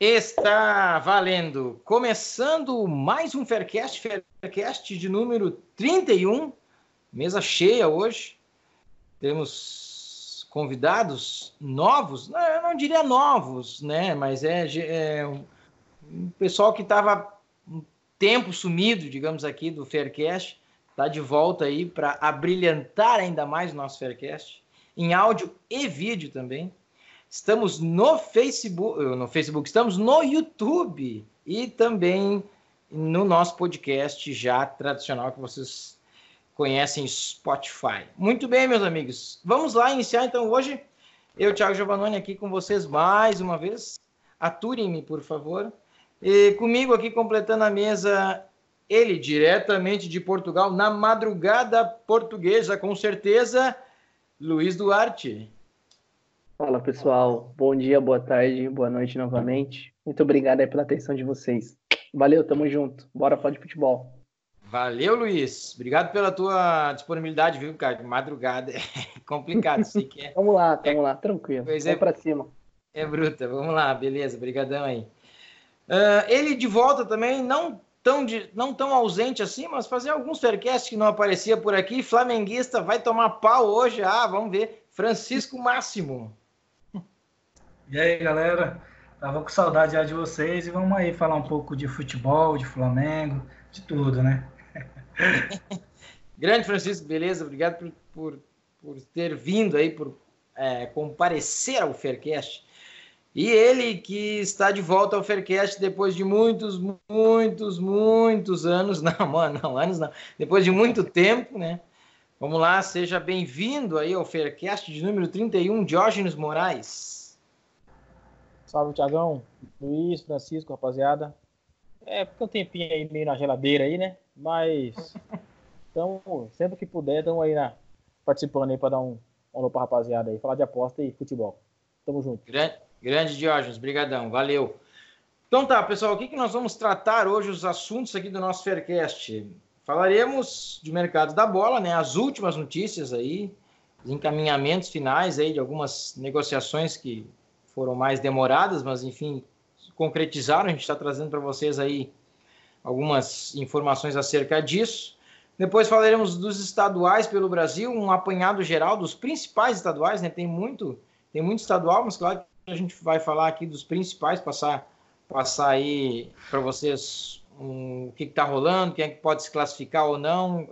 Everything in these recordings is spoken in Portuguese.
Está valendo. Começando mais um Faircast de número 31, mesa cheia hoje. Temos convidados novos, eu não diria novos, né? Mas é um pessoal que estava um tempo sumido, digamos aqui, do Faircast, está de volta aí para abrilhantar ainda mais o nosso Faircast, em áudio e vídeo também. Estamos no Facebook, estamos no YouTube e também no nosso podcast já tradicional que vocês conhecem, Spotify. Muito bem, meus amigos. Vamos lá iniciar então hoje. Eu, Thiago Giovannoni, aqui com vocês mais uma vez. Aturem-me, por favor. E comigo aqui completando a mesa, ele diretamente de Portugal, na madrugada portuguesa, com certeza, Luiz Duarte. Fala pessoal, bom dia, boa tarde, boa noite novamente. Muito obrigado aí pela atenção de vocês. Valeu, tamo junto. Bora falar de futebol. Valeu, Luiz. Obrigado pela tua disponibilidade, viu, cara? Madrugada é complicado, sei que é. Vamos lá, tranquilo. Vamos pra cima. É bruta, vamos lá, beleza, brigadão aí. Ele de volta também, não tão ausente assim, mas fazer alguns faircasts que não aparecia por aqui. Flamenguista vai tomar pau hoje, vamos ver. Francisco Máximo. E aí, galera? Tava com saudade já de vocês e vamos aí falar um pouco de futebol, de Flamengo, de tudo, né? Grande Francisco, beleza? Obrigado por ter vindo aí, por comparecer ao Faircast. E ele que está de volta ao Faircast depois de muitos anos. Anos não. Depois de muito tempo, né? Vamos lá, seja bem-vindo aí ao Faircast de número 31, Diógenes Moraes. Salve, Thiagão, Luiz, Francisco, rapaziada. Porque um tempinho aí meio na geladeira aí, né? Mas sempre que puder, estamos aí participando aí para dar um alô pra rapaziada aí, falar de aposta e futebol. Tamo junto. Grande Diógenes, brigadão, valeu. Então tá, pessoal, o que nós vamos tratar hoje, os assuntos aqui do nosso Faircast? Falaremos de mercado da bola, né? As últimas notícias aí, os encaminhamentos finais aí de algumas negociações que foram mais demoradas, mas enfim, concretizaram. A gente está trazendo para vocês aí algumas informações acerca disso. Depois falaremos dos estaduais pelo Brasil, um apanhado geral dos principais estaduais, né? Tem muito estadual, mas claro que a gente vai falar aqui dos principais, passar aí para vocês o que está rolando, quem é que pode se classificar ou não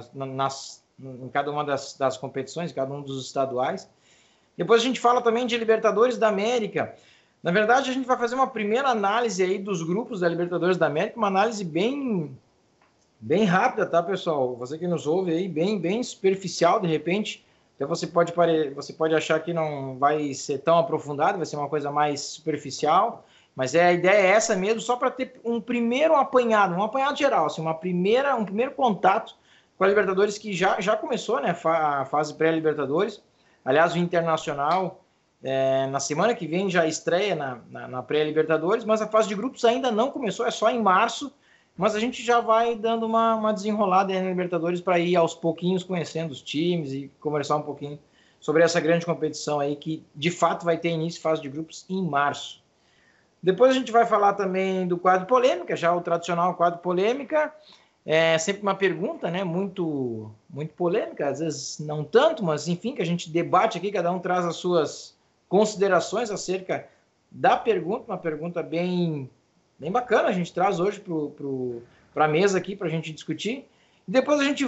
em cada uma das competições, em cada um dos estaduais. Depois a gente fala também de Libertadores da América. Na verdade, a gente vai fazer uma primeira análise aí dos grupos da Libertadores da América, uma análise bem rápida, tá, pessoal? Você que nos ouve aí, bem superficial, de repente. Até você pode achar que não vai ser tão aprofundado, vai ser uma coisa mais superficial, mas a ideia é essa mesmo, só para ter um primeiro apanhado, geral, assim, um primeiro contato com a Libertadores, que já começou, né, a fase pré-Libertadores. Aliás, o Internacional, na semana que vem, já estreia na pré-Libertadores, mas a fase de grupos ainda não começou, é só em março, mas a gente já vai dando uma desenrolada aí na Libertadores para ir aos pouquinhos conhecendo os times e conversar um pouquinho sobre essa grande competição aí, que de fato vai ter início fase de grupos em março. Depois a gente vai falar também do quadro polêmica, já o tradicional quadro polêmica. É sempre uma pergunta, né, muito polêmica, às vezes não tanto, mas enfim, que a gente debate aqui, cada um traz as suas considerações acerca da pergunta, uma pergunta bem bacana, a gente traz hoje para a mesa aqui para a gente discutir. E depois a gente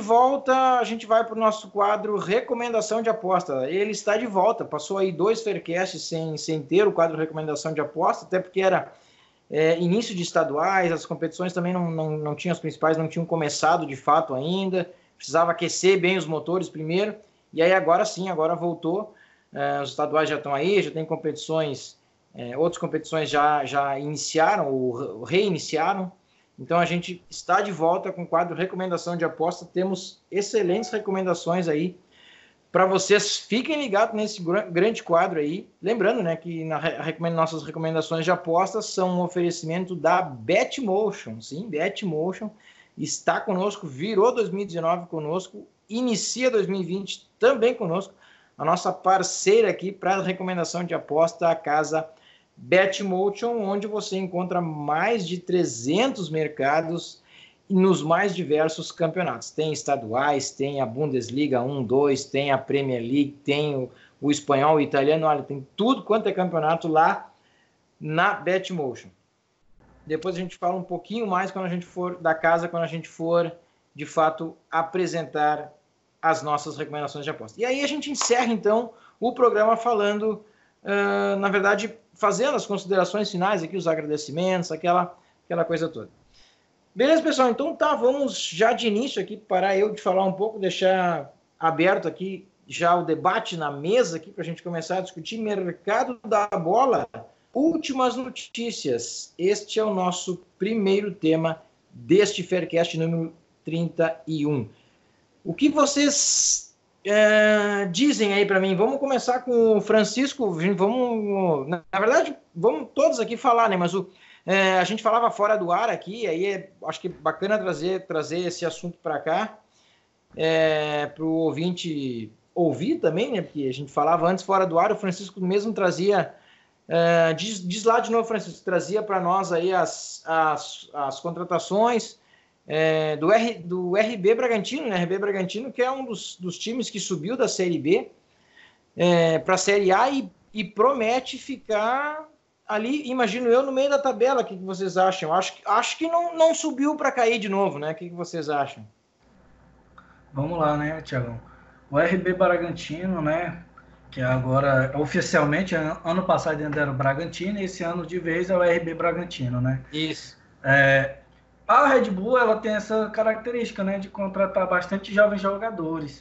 vai para o nosso quadro Recomendação de Aposta. Ele está de volta, passou aí 2 Faircasts sem ter o quadro Recomendação de Aposta, até porque era início de estaduais, as competições também não tinham, as principais não tinham começado de fato ainda, precisava aquecer bem os motores primeiro, e aí agora sim, agora voltou, os estaduais já estão aí, já tem competições, outras competições já iniciaram ou reiniciaram, então a gente está de volta com o quadro Recomendação de Aposta, temos excelentes recomendações aí para vocês. Fiquem ligados nesse grande quadro aí. Lembrando, né, que nossas recomendações de apostas são um oferecimento da Betmotion. Sim, Betmotion está conosco, virou 2019 conosco, inicia 2020 também conosco. A nossa parceira aqui para a recomendação de aposta, a casa Betmotion, onde você encontra mais de 300 mercados nos mais diversos campeonatos. Tem estaduais, tem a Bundesliga 1, 2, tem a Premier League, tem o espanhol, o italiano, olha, tem tudo quanto é campeonato lá na Betmotion. Depois a gente fala um pouquinho mais quando a gente for da casa, quando a gente for, de fato, apresentar as nossas recomendações de aposta. E aí a gente encerra, então, o programa falando, na verdade, fazendo as considerações finais aqui, os agradecimentos, aquela coisa toda. Beleza, pessoal? Então tá, vamos já de início aqui, parar eu de falar um pouco, deixar aberto aqui já o debate na mesa aqui para a gente começar a discutir mercado da bola, últimas notícias. Este é o nosso primeiro tema deste Faircast número 31. O que vocês dizem aí para mim? Vamos começar com o Francisco. Vamos, na verdade, vamos todos aqui falar, né? Mas a gente falava fora do ar aqui, aí acho que é bacana trazer esse assunto para cá, para o ouvinte ouvir também, né? Porque a gente falava antes fora do ar, o Francisco mesmo trazia, diz lá de novo, Francisco, trazia para nós aí as contratações do RB Bragantino, né? RB Bragantino, que é um dos times que subiu da Série B para a Série A e promete ficar ali, imagino eu, no meio da tabela. O que vocês acham? Acho que não subiu para cair de novo, né? O que vocês acham? Vamos lá, né, Thiagão? O RB Bragantino, né, que agora, oficialmente, ano passado ainda era o Bragantino, e esse ano de vez é o RB Bragantino, né? Isso. A Red Bull, ela tem essa característica, né, de contratar bastante jovens jogadores.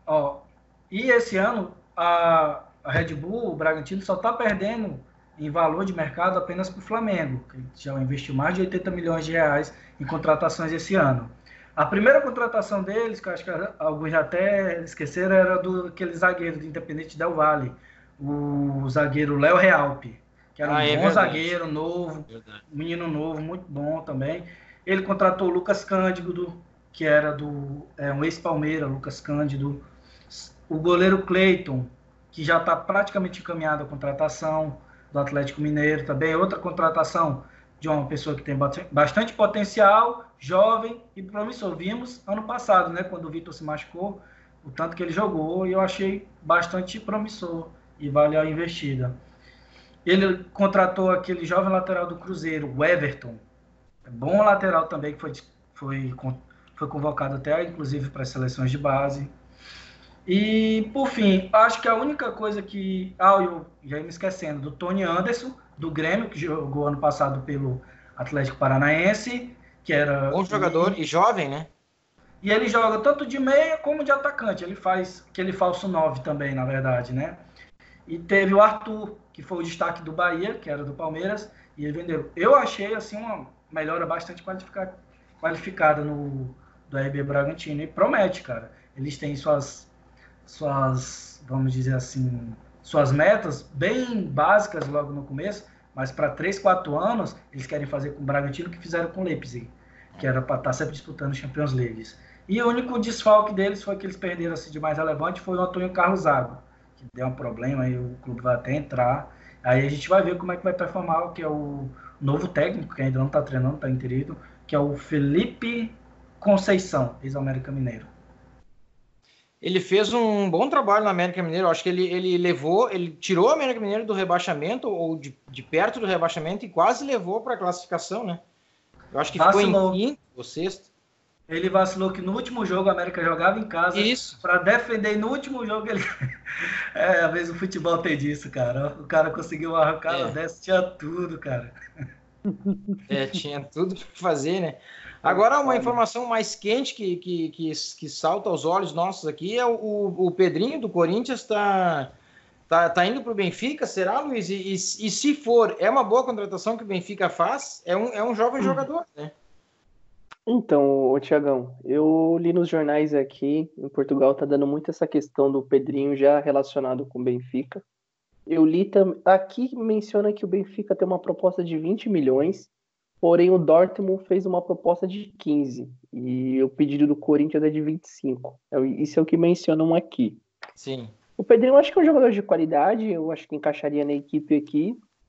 E esse ano, a Red Bull, o Bragantino, só está perdendo em valor de mercado apenas para o Flamengo, que já investiu mais de 80 milhões de reais em contratações esse ano. A primeira contratação deles, que eu acho que alguns já até esqueceram, era aquele zagueiro do Independente Del Valle, o zagueiro Léo Realpe, que era um bom zagueiro, novo, menino novo, muito bom também. Ele contratou o Lucas Cândido, que era um ex-Palmeira, Lucas Cândido. O goleiro Cleiton, que já está praticamente encaminhado à contratação do Atlético Mineiro também. Outra contratação de uma pessoa que tem bastante potencial, jovem e promissor. Vimos ano passado, né, quando o Vitor se machucou, o tanto que ele jogou, e eu achei bastante promissor e valeu a investida. Ele contratou aquele jovem lateral do Cruzeiro, o Everton, bom lateral também, que foi convocado até, inclusive, para as seleções de base. E, por fim, acho que a única coisa que... eu já ia me esquecendo, do Tony Anderson, do Grêmio, que jogou ano passado pelo Atlético Paranaense, que era... Bom jogador e jovem, né? E ele joga tanto de meia como de atacante. Ele faz aquele falso 9 também, na verdade, né? E teve o Arthur, que foi o destaque do Bahia, que era do Palmeiras, e ele vendeu. Eu achei, assim, uma melhora bastante qualificada do RB Bragantino. E promete, cara. Eles têm suas, vamos dizer assim, suas metas bem básicas logo no começo, mas para 3, 4 anos eles querem fazer com o Bragantino o que fizeram com o Leipzig, que era para estar sempre disputando Champions League. E o único desfalque deles foi que eles perderam assim, de mais relevante, foi o Antônio Carlos Zago, que deu um problema, aí o clube vai até entrar. Aí a gente vai ver como é que vai performar, que é o novo técnico, que ainda não está treinando, está inserido, que é o Felipe Conceição, ex-América Mineiro. Ele fez um bom trabalho na América Mineiro. Eu acho que ele tirou a América Mineiro do rebaixamento, ou de perto do rebaixamento, e quase levou para a classificação, né? Eu acho que vacilou. Ficou em quinto ou sexto. Ele vacilou que no último jogo a América jogava em casa para defender, e no último jogo ele... às vezes o futebol tem disso, cara. O cara conseguiu arrancar dessa, tinha tudo, cara. Tinha tudo para fazer, né? Agora, uma informação mais quente que salta aos olhos nossos aqui é o Pedrinho do Corinthians tá indo para o Benfica, será, Luiz? E se for, é uma boa contratação que o Benfica faz? É um jovem jogador, né? Então, Thiagão, eu li nos jornais aqui, em Portugal tá dando muito essa questão do Pedrinho já relacionado com o Benfica. Eu li aqui, menciona que o Benfica tem uma proposta de 20 milhões, porém o Dortmund fez uma proposta de 15, e o pedido do Corinthians é de 25. Isso é o que mencionam aqui. Sim. O Pedrinho eu acho que é um jogador de qualidade, eu acho que encaixaria na equipe aqui.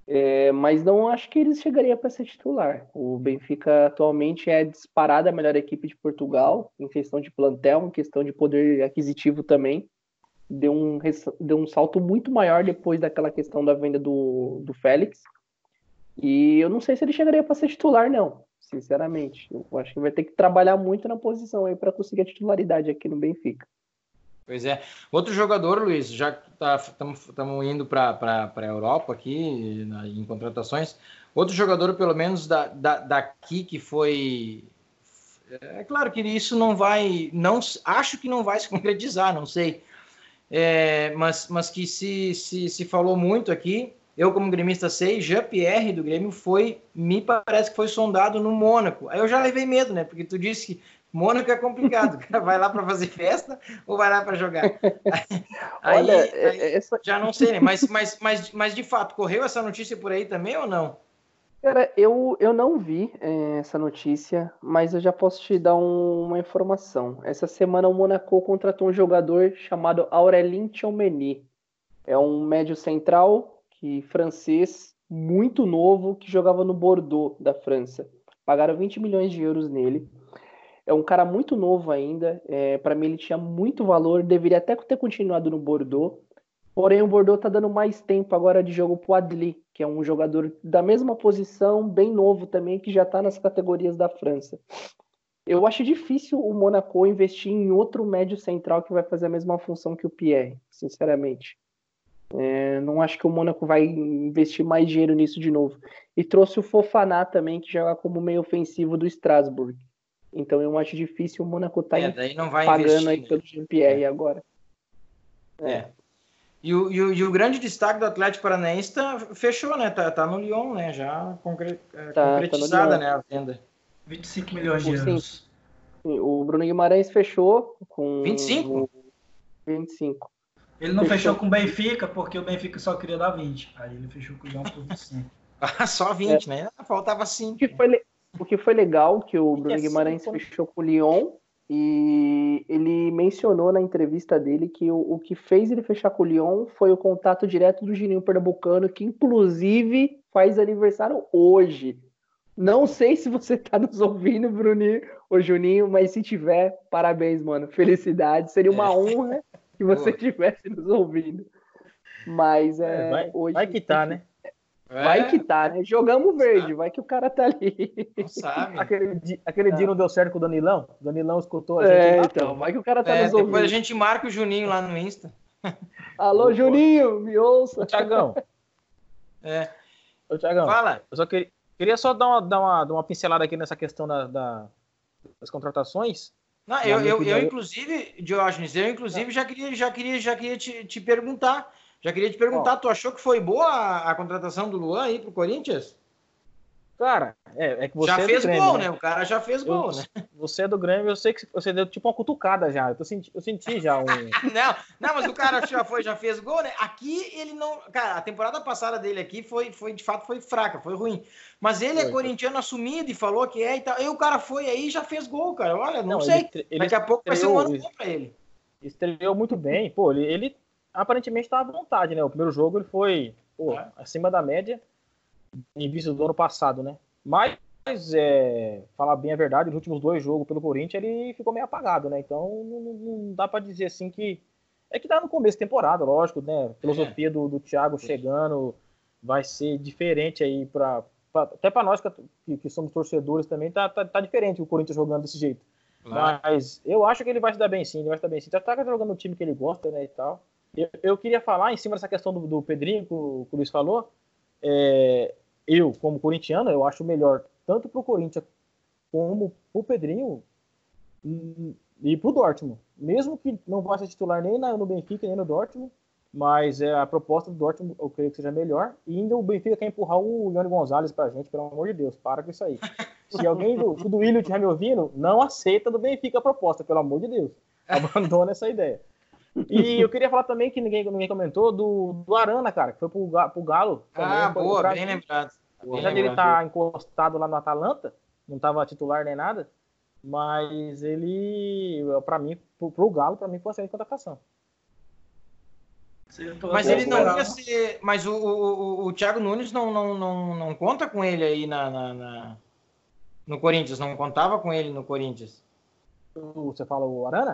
Mas não acho que ele chegaria para ser titular. O Benfica atualmente é disparada a melhor equipe de Portugal, em questão de plantel, em questão de poder aquisitivo também. Deu um salto muito maior depois daquela questão da venda do Félix. E eu não sei se ele chegaria para ser titular, não. Sinceramente. Eu acho que vai ter que trabalhar muito na posição aí para conseguir a titularidade aqui no Benfica. Pois é. Outro jogador, Luiz, já que estamos indo para a Europa aqui, em contratações, outro jogador, pelo menos daqui, que foi... É claro que isso não vai... Não, acho que não vai se concretizar, não sei. Mas que se falou muito aqui, eu como gremista sei, Jean-Pierre do Grêmio me parece que foi sondado no Mônaco. Aí eu já levei medo, né? Porque tu disse que Mônaco é complicado, o cara vai lá para fazer festa ou vai lá para jogar? Olha, já não sei, né? Mas de fato, correu essa notícia por aí também ou não? Cara, eu não vi essa notícia, mas eu já posso te dar uma informação. Essa semana o Monaco contratou um jogador chamado Aurélien Tchouameni. É um médio central francês, muito novo, que jogava no Bordeaux, da França. Pagaram 20 milhões de euros nele. É um cara muito novo ainda. Para mim ele tinha muito valor, deveria até ter continuado no Bordeaux. Porém, o Bordeaux está dando mais tempo agora de jogo para o Adli, que é um jogador da mesma posição, bem novo também, que já está nas categorias da França. Eu acho difícil o Monaco investir em outro médio central que vai fazer a mesma função que o Pierre, sinceramente. Não acho que o Monaco vai investir mais dinheiro nisso de novo. E trouxe o Fofana também, que joga como meio ofensivo do Strasbourg. Então eu acho difícil o Monaco estar pagando investir, aí pelo Jean-Pierre agora. E o grande destaque do Atlético Paranaense fechou, né? Tá no Lyon, né? Já concretizada, né? A venda. 25 milhões de euros. Sim, o Bruno Guimarães fechou com 25? 25. Ele não fechou com o Benfica, porque o Benfica só queria dar 20. Aí ele fechou com o Lyon por 25. Só 20, né? Faltava 5. O que foi legal que o Bruno Guimarães fechou com o Lyon, e ele mencionou na entrevista dele que o que fez ele fechar com o Lyon foi o contato direto do Juninho Pernambucano, que inclusive faz aniversário hoje. Não sei se você tá nos ouvindo, Bruninho ou Juninho, mas se tiver, parabéns, mano. Felicidade. Seria uma honra que você estivesse nos ouvindo. Mas hoje... Vai que tá, né? Vai que tá, né? Jogamos verde, vai que o cara tá ali. Não sabe. Aquele dia não deu certo com o Danilão? O Danilão escutou a gente. Então, vai que o cara tá nos ouvindo. Depois a gente marca o Juninho lá no Insta. Alô, Juninho, me ouça. Ô, Thiagão. Ô, Thiagão. Fala. Eu só queria só dar uma pincelada aqui nessa questão das contratações. Não, eu inclusive, Diógenes, já queria te perguntar. Já queria te perguntar, tu achou que foi boa a contratação do Luan aí pro Corinthians? Cara, é que você já fez Grêmio, gol, né? O cara já fez gol, né? Você é do Grêmio, eu sei que você deu tipo uma cutucada já. Eu senti já um... não, mas o cara já fez gol, né? Aqui ele não... Cara, a temporada passada dele aqui foi de fato, foi fraca, foi ruim. Mas ele é corintiano assumido e falou que e tal. E o cara foi aí e já fez gol, cara. Olha, não sei. Daqui a pouco vai ser um ano bom pra ele. Estreou muito bem. Pô, ele aparentemente tá à vontade, né? O primeiro jogo ele foi acima da média em vista do ano passado, né? Mas, falar bem a verdade, nos últimos 2 jogos pelo Corinthians ele ficou meio apagado, né? Então não dá para dizer assim que... É que tá no começo da temporada, lógico, né? A filosofia do Thiago chegando vai ser diferente aí até para nós que somos torcedores também, tá diferente o Corinthians jogando desse jeito. Claro. Mas eu acho que ele vai se dar bem sim, Já tá jogando no time que ele gosta, né, e tal. Eu queria falar em cima dessa questão do Pedrinho, que o Luiz falou. Eu, como corintiano, eu acho melhor tanto pro Corinthians como pro Pedrinho e pro Dortmund. Mesmo que não vá ser titular nem no Benfica, nem no Dortmund, mas a proposta do Dortmund eu creio que seja melhor. E ainda o Benfica quer empurrar o Ione Gonzalez pra gente, pelo amor de Deus, para com isso aí. Se alguém do Willian estiver me ouvindo, não aceita do Benfica a proposta, pelo amor de Deus. Abandona essa ideia. E eu queria falar também que ninguém comentou do Arana, cara, que foi pro Galo. Boa, bem lembrado. Apesar de ele estar encostado lá no Atalanta, não estava titular nem nada, mas ele, para mim, pro Galo, para mim foi uma excelente contratação. Mas ele não ia ser. Mas o Thiago Nunes não conta com ele aí no Corinthians, não contava com ele no Corinthians. Você fala o Arana?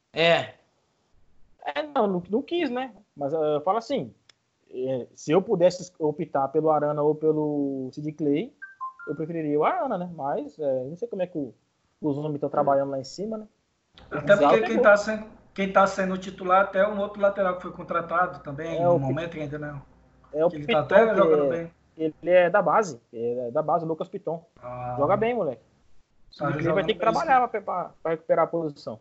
Não quis, né? Mas eu falo assim, se eu pudesse optar pelo Arana ou pelo Sid Clay, eu preferiria o Arana, né? Mas não sei como é que os homens estão trabalhando lá em cima, né? Até porque quem tá sendo titular até é um outro lateral que foi contratado também, no momento ainda não. É o ele Piton, tá até jogando bem. Ele é da base, o Lucas Piton. Joga bem, moleque. Ele vai ter que trabalhar para recuperar a posição.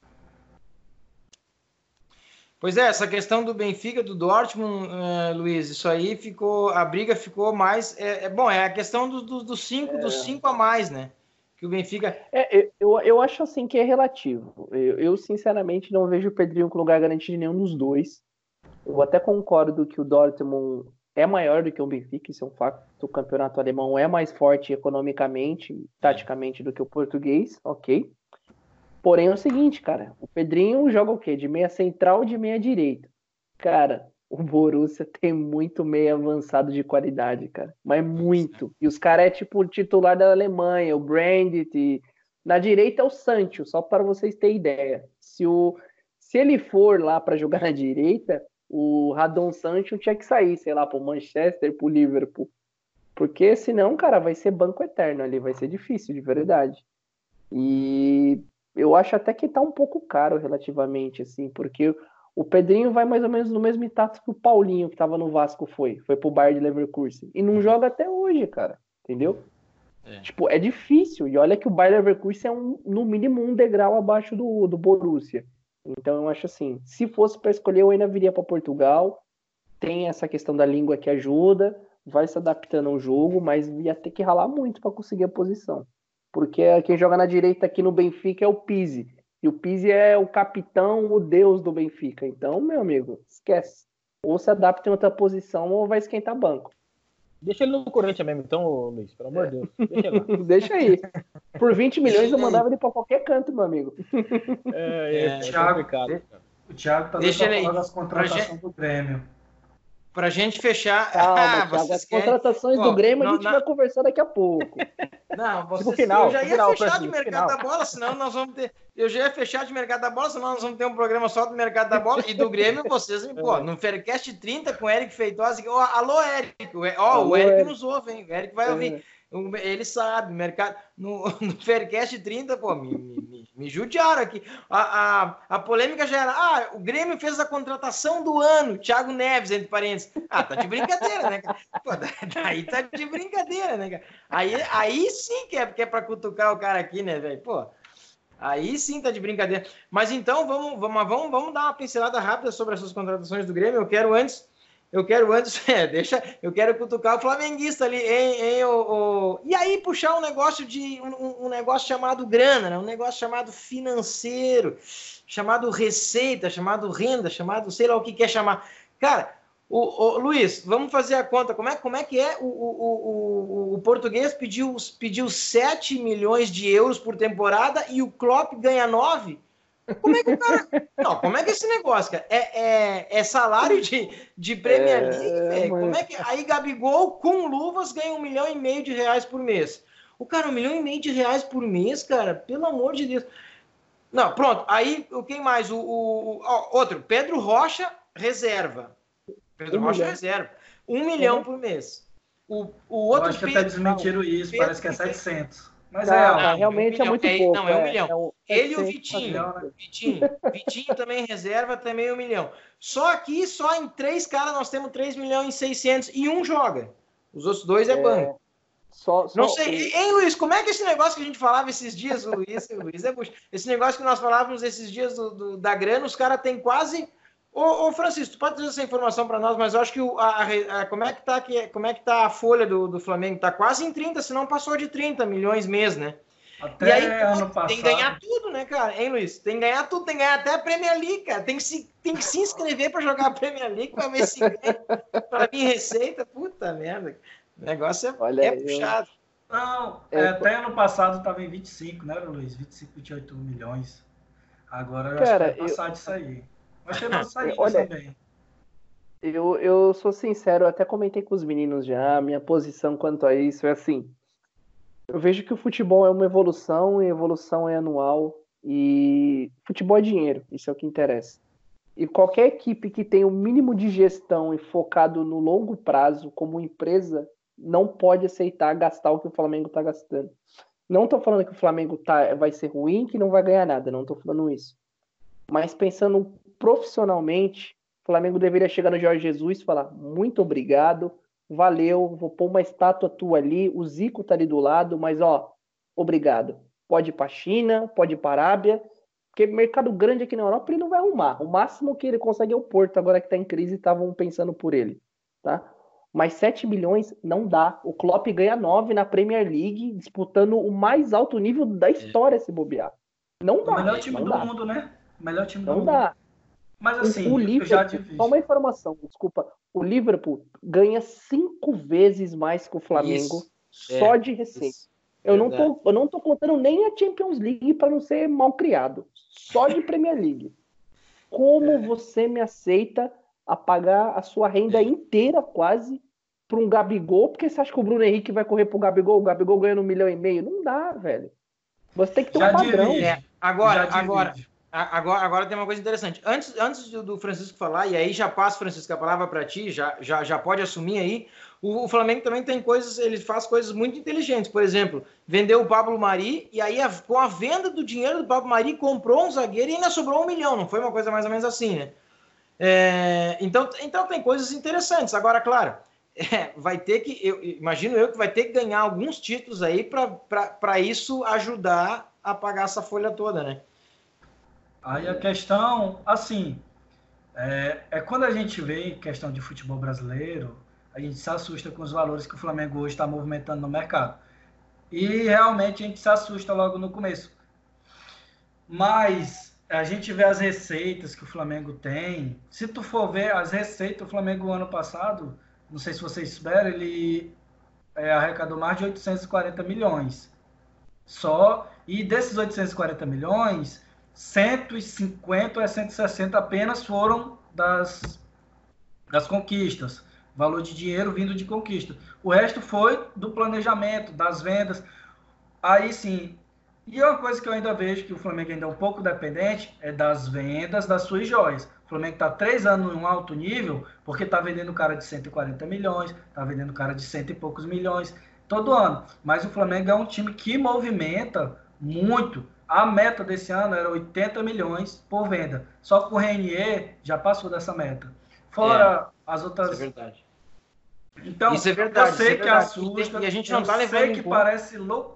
Pois é, essa questão do Benfica, do Dortmund, Luiz, isso aí a briga ficou mais... é a questão dos cinco a mais, né? Que o Benfica... Eu acho assim que é relativo. Eu sinceramente não vejo o Pedrinho com lugar garantido em nenhum dos dois. Eu até concordo que o Dortmund é maior do que o Benfica, isso é um fato. O campeonato alemão é mais forte economicamente, taticamente, do que o português, ok. Porém é o seguinte, cara, o Pedrinho joga o quê? De meia central ou de meia direita? Cara, o Borussia tem muito meia avançado de qualidade, cara. Mas muito. E os caras é tipo o titular da Alemanha, o Brandt. E... Na direita é o Sancho, só para vocês terem ideia. Se ele for lá para jogar na direita, o Radon Sancho tinha que sair, sei lá, pro Manchester, pro Liverpool. Porque senão, cara, vai ser banco eterno ali, vai ser difícil, de verdade. E eu acho até que tá um pouco caro relativamente, assim, porque o Pedrinho vai mais ou menos no mesmo status que o Paulinho, que tava no Vasco, foi pro Bayer de Leverkusen. E não joga até hoje, cara, entendeu? Tipo, é difícil. E olha que o Bayer Leverkusen é no mínimo um degrau abaixo do Borussia. Então eu acho assim, se fosse para escolher, eu ainda viria para Portugal. Tem essa questão da língua que ajuda, vai se adaptando ao jogo, mas ia ter que ralar muito para conseguir a posição. Porque quem joga na direita aqui no Benfica é o Pizzi. E o Pizzi é o capitão, o deus do Benfica. Então, meu amigo, esquece. Ou se adapta em outra posição ou vai esquentar banco. Deixa ele no Corinthians mesmo, então, Luiz, pelo amor de Deus. Deixa ele lá. Deixa aí. Por 20 milhões eu mandava ele para qualquer canto, meu amigo. O Thiago tá falando das contratações do Grêmio. Pra gente fechar... Calma, Thiago, as contratações do Grêmio a gente vai conversar daqui a pouco. Não, eu já ia fechar de mercado da bola, senão nós vamos ter... Eu já ia fechar de mercado da bola, senão nós vamos ter um programa só do mercado da bola e do Grêmio, vocês... no Faircast 30 com o Eric Feitosa... Alô, Eric! O Eric nos ouve, hein? O Eric vai ouvir. Ele sabe, mercado... No Faircast 30, me judiaram aqui. A polêmica já era, o Grêmio fez a contratação do ano, Thiago Neves, entre parênteses. Tá de brincadeira, né, cara? Pô, daí tá de brincadeira, né, cara? Aí sim que é pra cutucar o cara aqui, né, velho? Pô, aí sim tá de brincadeira. Mas então, vamos dar uma pincelada rápida sobre essas contratações do Grêmio. Eu quero antes, eu quero cutucar o flamenguista ali, e aí puxar um negócio um negócio chamado grana, né? Um negócio chamado financeiro, chamado receita, chamado renda, chamado sei lá o que quer chamar. Cara, Luiz, vamos fazer a conta. Como é que é? O português pediu 7 milhões de euros por temporada e o Klopp ganha 9? Como é que o cara... Não, como é que é esse negócio, cara? É salário de Premier League, velho? Como é que... Aí Gabigol, com luvas, ganha R$1,5 milhão por mês. O cara, R$1,5 milhão por mês, cara? Pelo amor de Deus. Não, pronto. Aí, quem mais? Outro, Pedro Rocha, reserva. Pedro Rocha, reserva. R$1 milhão por mês. O outro... Eu acho que até desmentiram isso, parece que é 700. Mas realmente é muito pouco. Não, é R$1 milhão. Ele e o Vitinho. Vitinho também reserva, também R$1 milhão. Só em 3 caras nós temos 3.600.000 e um joga. Os outros 2 é banco. Não sei. Hein, Luiz, como é que esse negócio que a gente falava esses dias, Luiz é bucho. Esse negócio que nós falávamos esses dias da grana, os caras têm quase... Ô, Francisco, tu pode trazer essa informação para nós, mas eu acho que como é que tá a folha do Flamengo? Tá quase em 30, se não passou de 30 milhões mês, né? Até e aí, ano passado. Tem que ganhar tudo, né, cara? Hein, Luiz? Tem que ganhar tudo, tem que ganhar até a Premier League, cara. Tem que se inscrever para jogar a Premier League para ver se ganha. Para vir receita, puta merda. O negócio é puxado. Não, até ano passado estava em 25, né, Luiz? 25, 28 milhões. Agora eu acho que vai passar disso aí. Vai ter mais saídas também. Eu sou sincero, eu até comentei com os meninos já, minha posição quanto a isso é assim, eu vejo que o futebol é uma evolução, e evolução é anual, e futebol é dinheiro, isso é o que interessa. E qualquer equipe que tenha o mínimo de gestão e focado no longo prazo, como empresa, não pode aceitar gastar o que o Flamengo está gastando. Não estou falando que o Flamengo vai ser ruim, que não vai ganhar nada, não estou falando isso. Mas pensando profissionalmente, o Flamengo deveria chegar no Jorge Jesus e falar: muito obrigado, valeu, vou pôr uma estátua tua ali, o Zico tá ali do lado, mas ó, obrigado. Pode ir para China, pode ir para Arábia, porque mercado grande aqui na Europa ele não vai arrumar. O máximo que ele consegue é o Porto, agora que tá em crise, estavam pensando por ele, tá? Mas 7 milhões não dá. O Klopp ganha 9 na Premier League, disputando o mais alto nível da história, se bobear. Não dá. O melhor time não do dá. mundo, né? O melhor time do Não mundo. dá. Mas assim, O eu já Liverpool, só uma informação, desculpa. O Liverpool ganha 5 vezes mais que o Flamengo só de receita. Eu não tô contando nem a Champions League para não ser mal criado. Só de Premier League. Como você me aceita a pagar a sua renda inteira quase para um Gabigol? Porque você acha que o Bruno Henrique vai correr pro Gabigol? O Gabigol ganhando 1,5 milhão? Não dá, velho. Você tem que ter um padrão. Agora tem uma coisa interessante. Antes do Francisco falar, e aí já passo, Francisco, a palavra para ti, já pode assumir aí. O Flamengo também tem coisas, ele faz coisas muito inteligentes. Por exemplo, vendeu o Pablo Mari, e aí com a venda do dinheiro do Pablo Mari, comprou um zagueiro e ainda sobrou 1 milhão. Não foi uma coisa mais ou menos assim, né? Então tem coisas interessantes. Agora, claro, vai ter que, imagino eu que vai ter que ganhar alguns títulos aí para isso ajudar a pagar essa folha toda, né? Aí a questão, assim, quando a gente vê questão de futebol brasileiro, a gente se assusta com os valores que o Flamengo hoje está movimentando no mercado. E realmente a gente se assusta logo no começo. Mas a gente vê as receitas que o Flamengo tem. Se tu for ver as receitas, o Flamengo ano passado, não sei se vocês souberam, ele arrecadou mais de 840 milhões. Só. E desses 840 milhões... 150 a 160 apenas foram das conquistas, valor de dinheiro vindo de conquista. O resto foi do planejamento, das vendas. Aí sim. E uma coisa que eu ainda vejo que o Flamengo ainda é um pouco dependente é das vendas das suas joias. O Flamengo está 3 anos em um alto nível porque está vendendo cara de 140 milhões, está vendendo cara de 100 e poucos milhões todo ano. Mas o Flamengo é um time que movimenta muito. A meta desse ano era 80 milhões por venda. Só que o Renier já passou dessa meta. Fora as outras... Isso é verdade. Então, isso é verdade, eu sei que assusta. E a gente não tá levando em conta. Parece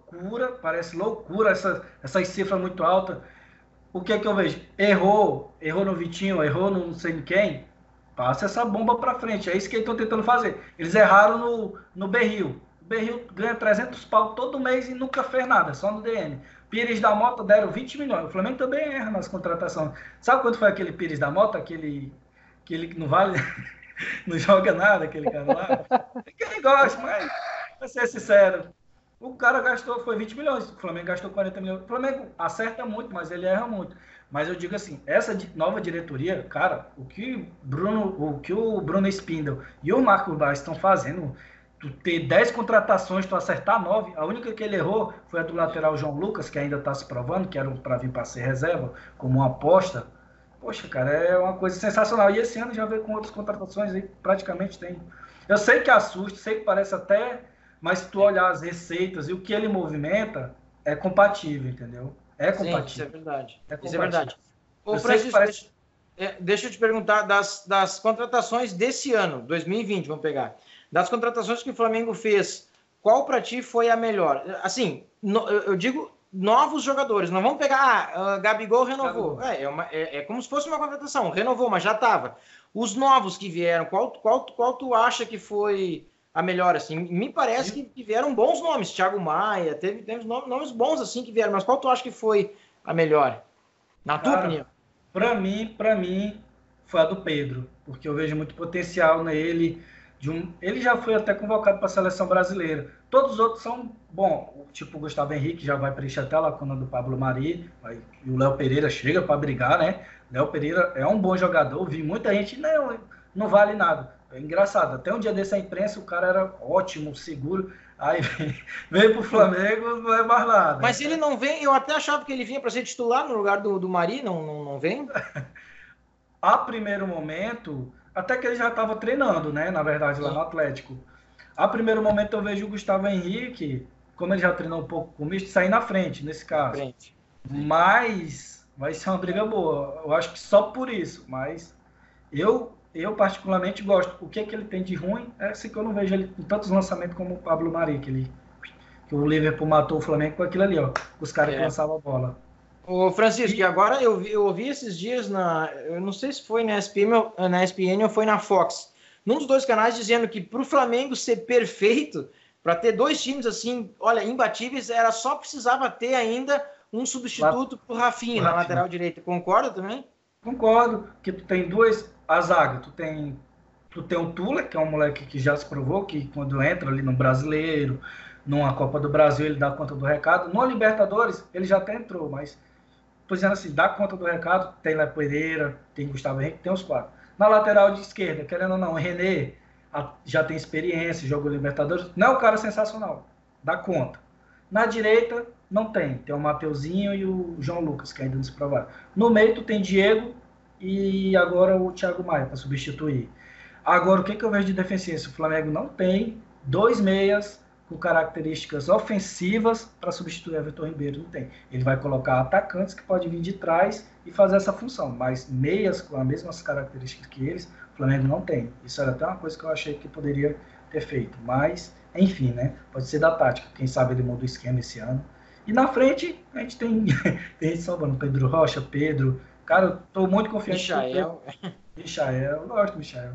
loucura essas cifras muito altas. O que é que eu vejo? Errou no Vitinho, errou no não sei em quem. Passa essa bomba para frente. É isso que eles estão tentando fazer. Eles erraram no Berril. O Berril ganha 300 pau todo mês e nunca fez nada, só no DN. Pires da Mota deram 20 milhões. O Flamengo também erra nas contratações. Sabe quanto foi aquele Pires da Mota? Aquele que não vale, não joga nada, aquele cara lá. Quem gosta, mas pra ser sincero, o cara gastou, foi 20 milhões. O Flamengo gastou 40 milhões. O Flamengo acerta muito, mas ele erra muito. Mas eu digo assim, essa nova diretoria, cara, o que o Bruno Spindle e o Marco Braz estão fazendo... Tu ter 10 contratações, tu acertar 9. A única que ele errou foi a do lateral João Lucas, que ainda está se provando, que era para vir para ser reserva, como uma aposta. Poxa, cara, é uma coisa sensacional. E esse ano já veio com outras contratações aí, praticamente tem. Eu sei que assusta, sei que parece até, mas se tu olhar as receitas e o que ele movimenta, é compatível, entendeu? É compatível. Sim, isso é verdade. Isso é verdade. Ô, Francisco, deixa eu te perguntar das contratações desse ano, 2020, vamos pegar. Das contratações que o Flamengo fez, qual para ti foi a melhor? Assim, eu digo novos jogadores. Não vamos pegar, Gabigol renovou. É como se fosse uma contratação. Renovou, mas já estava. Os novos que vieram, qual tu acha que foi a melhor? Assim, me parece que vieram bons nomes. Thiago Maia, teve nomes bons assim que vieram. Mas qual tu acha que foi a melhor? Na tua opinião? Para mim, foi a do Pedro. Porque eu vejo muito potencial nele. Ele já foi até convocado para a seleção brasileira. Todos os outros são bom, tipo o Gustavo Henrique já vai preencher até a lacuna do Pablo Mari, e o Léo Pereira chega para brigar, né? Léo Pereira é um bom jogador, vi muita gente, não, não vale nada. É engraçado, até um dia desse a imprensa, o cara era ótimo, seguro, aí veio pro Flamengo, não é mais nada. Mas ele não vem, eu até achava que ele vinha para ser titular no lugar do Mari, não vem? A primeiro momento, até que ele já estava treinando, né, na verdade, lá no Atlético. A primeiro momento eu vejo o Gustavo Henrique, como ele já treinou um pouco com o Misto, sair na frente, nesse caso. Mas vai ser uma briga boa. Eu acho que só por isso, mas eu particularmente gosto. O que ele tem de ruim é assim que eu não vejo ele em tantos lançamentos como o Pablo Mari, que o Liverpool matou o Flamengo com aquilo ali, ó. Os caras que lançavam a bola. Ô, Francisco, e agora eu ouvi esses dias eu não sei se foi na ESPN ou foi na Fox, num dos dois canais, dizendo que para o Flamengo ser perfeito, para ter dois times assim, olha, imbatíveis, era só precisava ter ainda um substituto para o Rafinha na lateral direita. Concorda também? Concordo, que tu tem a zaga, tu tem o Tula, que é um moleque que já se provou que quando entra ali no Brasileiro, numa Copa do Brasil, ele dá conta do recado. No Libertadores, ele já até entrou, mas, por exemplo assim, dá conta do recado, tem Léo Pereira, tem Gustavo Henrique, tem os quatro. Na lateral de esquerda, querendo ou não, o René já tem experiência, jogou Libertadores, não é um cara sensacional, dá conta. Na direita, não tem. Tem o Mateuzinho e o João Lucas, que ainda não se provaram. No meio, tu tem Diego e agora o Thiago Maia para substituir. Agora, o que eu vejo de deficiência? O Flamengo não tem dois meias com características ofensivas para substituir Everton Ribeiro. Não tem. Ele vai colocar atacantes que podem vir de trás e fazer essa função. Mas meias com as mesmas características que eles, o Flamengo não tem. Isso era até uma coisa que eu achei que poderia ter feito. Mas, enfim, né? Pode ser da tática. Quem sabe ele muda o esquema esse ano. E na frente, a gente tem gente salvando. Pedro Rocha, Pedro. Cara, eu tô muito confiante. Michael. Eu gosto do Michael.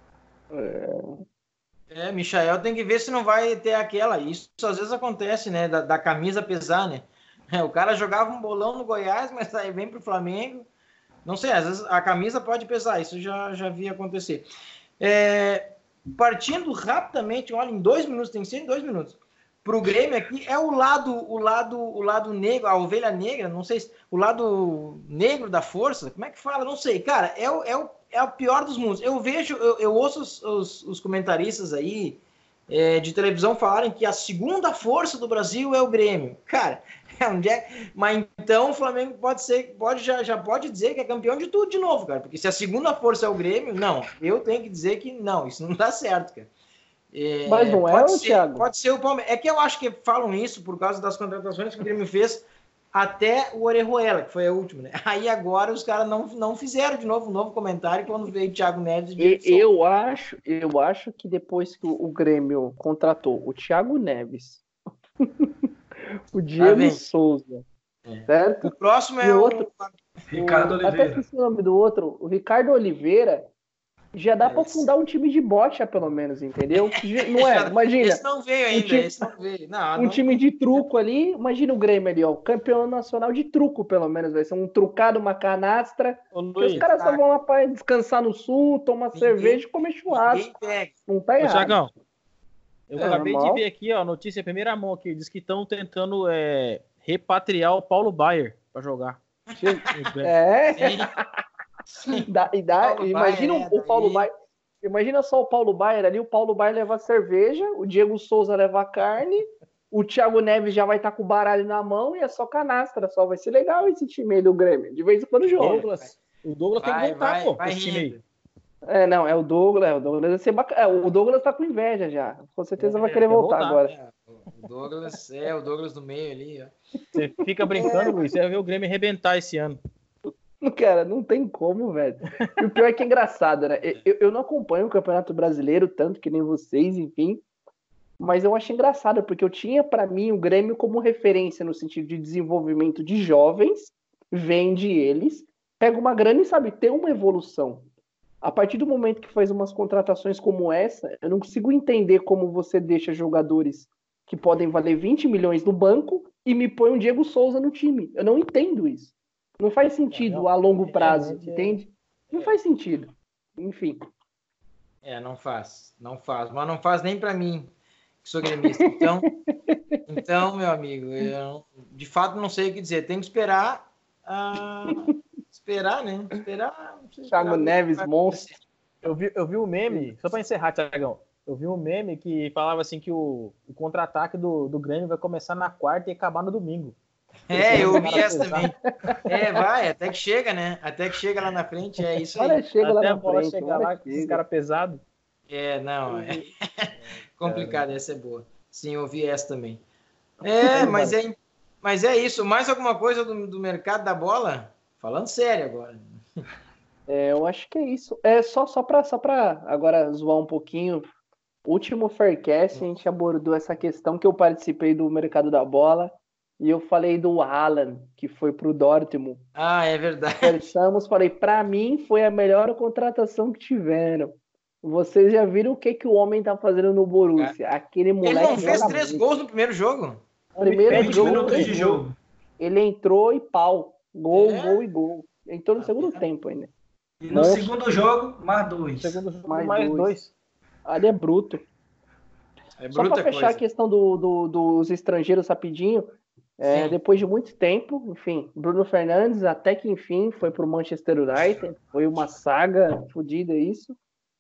Michael tem que ver se não vai ter aquela. Isso às vezes acontece, né? Da camisa pesar, né? O cara jogava um bolão no Goiás, mas aí vem pro Flamengo. Não sei, às vezes a camisa pode pesar. Isso já vi acontecer. Partindo rapidamente, olha, em 2 minutos, tem que ser em 2 minutos. Pro Grêmio aqui é o lado negro, a ovelha negra, não sei se o lado negro da força, como é que fala? Não sei, cara, é o pior dos mundos. Eu ouço os comentaristas aí de televisão falarem que a segunda força do Brasil é o Grêmio. Cara, mas então o Flamengo já pode dizer que é campeão de tudo de novo, cara, porque se a segunda força é o Grêmio, não, eu tenho que dizer que não, isso não dá certo, cara. Mas não é, Thiago? Pode ser o Palmeiras. É que eu acho que falam isso por causa das contratações que o Grêmio fez até o Orejuela, que foi a última, né? Aí agora os caras não fizeram de novo um novo comentário quando veio o Thiago Neves. Eu acho que depois que o Grêmio contratou o Thiago Neves, o Diego Souza, certo? O próximo é o outro, Ricardo Oliveira. Até esqueci o nome do outro, o Ricardo Oliveira. Já dá para fundar um time de bocha, pelo menos, entendeu? Não é? Imagina. Esse não veio ainda, esse não veio. Um time de truco ali, imagina o Grêmio ali, ó. Campeão nacional de truco, pelo menos. Vai ser um trucado, uma canastra. Os caras só vão lá para descansar no sul, tomar cerveja e comer churrasco. Não tá errado. Thiagão, eu acabei de ver aqui, ó, notícia primeira mão aqui. Diz que estão tentando repatriar o Paulo Baier para jogar. Imagina o Paulo Baier. Imagina só o Paulo Baier ali, o Paulo Baier leva cerveja, o Diego Souza leva carne, o Thiago Neves já vai estar com o baralho na mão e é só canastra, só vai ser legal esse time aí do Grêmio, de vez em quando joga. O Douglas tem que voltar, vai esse time aí. É o Douglas vai ser bacana. O Douglas tá com inveja já, com certeza vai querer voltar agora. O Douglas do meio ali, ó. Você fica brincando, Luiz, você vai ver o Grêmio arrebentar esse ano. Cara, não tem como, velho. E o pior é que é engraçado, né? Eu não acompanho o Campeonato Brasileiro tanto que nem vocês, enfim. Mas eu acho engraçado, porque eu tinha pra mim o Grêmio como referência no sentido de desenvolvimento de jovens, vende eles, pega uma grana e, sabe, tem uma evolução. A partir do momento que faz umas contratações como essa, eu não consigo entender como você deixa jogadores que podem valer 20 milhões no banco e me põe um Diego Souza no time. Eu não entendo isso. Não faz sentido a longo prazo, entende? Não faz sentido. Enfim. Não faz. Mas não faz nem para mim, que sou gremista. Então, meu amigo, eu de fato não sei o que dizer. Tem que esperar, né? Thiago Neves, monstro. Eu vi um meme, só para encerrar, Thiagão. Eu vi um meme que falava assim que o contra-ataque do Grêmio vai começar na quarta e acabar no domingo. Eu vi essa também. Vai, até que chega, né? Até que chega lá na frente, é isso aí. Chega lá até na a bola frente, chegar lá com esses caras pesados. Não, é complicado, essa é boa. Sim, eu vi essa também. Mas é isso. Mais alguma coisa do mercado da bola? Falando sério agora. Eu acho que é isso. Só para agora zoar um pouquinho. Último Faircast, a gente abordou essa questão que eu participei do mercado da bola e eu falei do Alan, que foi pro Dortmund. É verdade. Falei, para mim foi a melhor contratação que tiveram. Vocês já viram o que o homem tá fazendo no Borussia? Aquele moleque. Ele não fez 3 gols no primeiro jogo? Primeiro jogo, minutos de jogo. Ele entrou e pau. Gol e gol. Entrou no segundo tempo ainda. E no segundo jogo, mais 2. Segundo jogo, mais 2. Ali é bruto. Só para fechar a questão dos estrangeiros rapidinho, depois de muito tempo, enfim, Bruno Fernandes até que enfim foi para o Manchester United, foi uma saga fodida isso.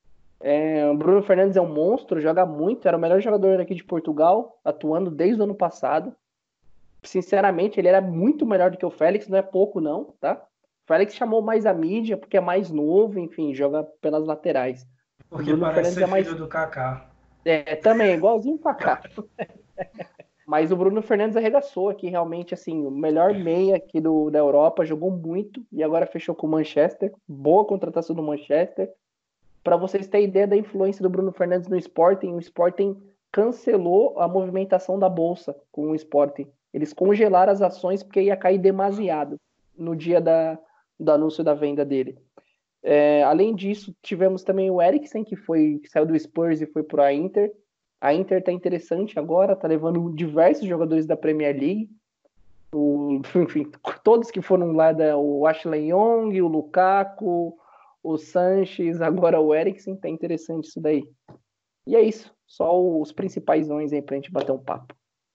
Bruno Fernandes é um monstro, joga muito, era o melhor jogador aqui de Portugal, atuando desde o ano passado. Sinceramente, ele era muito melhor do que o Félix, não é pouco não, tá? O Félix chamou mais a mídia porque é mais novo, enfim, joga pelas laterais. Porque parece ser filho do Kaká. Também, igualzinho o Kaká. Mas o Bruno Fernandes arregaçou aqui, realmente, assim, o melhor meia aqui da Europa, jogou muito e agora fechou com o Manchester. Boa contratação do Manchester. Para vocês terem ideia da influência do Bruno Fernandes no Sporting, o Sporting cancelou a movimentação da Bolsa com o Sporting. Eles congelaram as ações porque ia cair demasiado no dia do anúncio da venda dele. Além disso, tivemos também o Eriksen, que saiu do Spurs e foi para a Inter. A Inter está interessante agora, está levando diversos jogadores da Premier League. Enfim, todos que foram lá, o Ashley Young, o Lukaku, o Sanches, agora o Eriksen, tá interessante isso daí. E é isso, só os principais nomes aí pra gente bater um papo.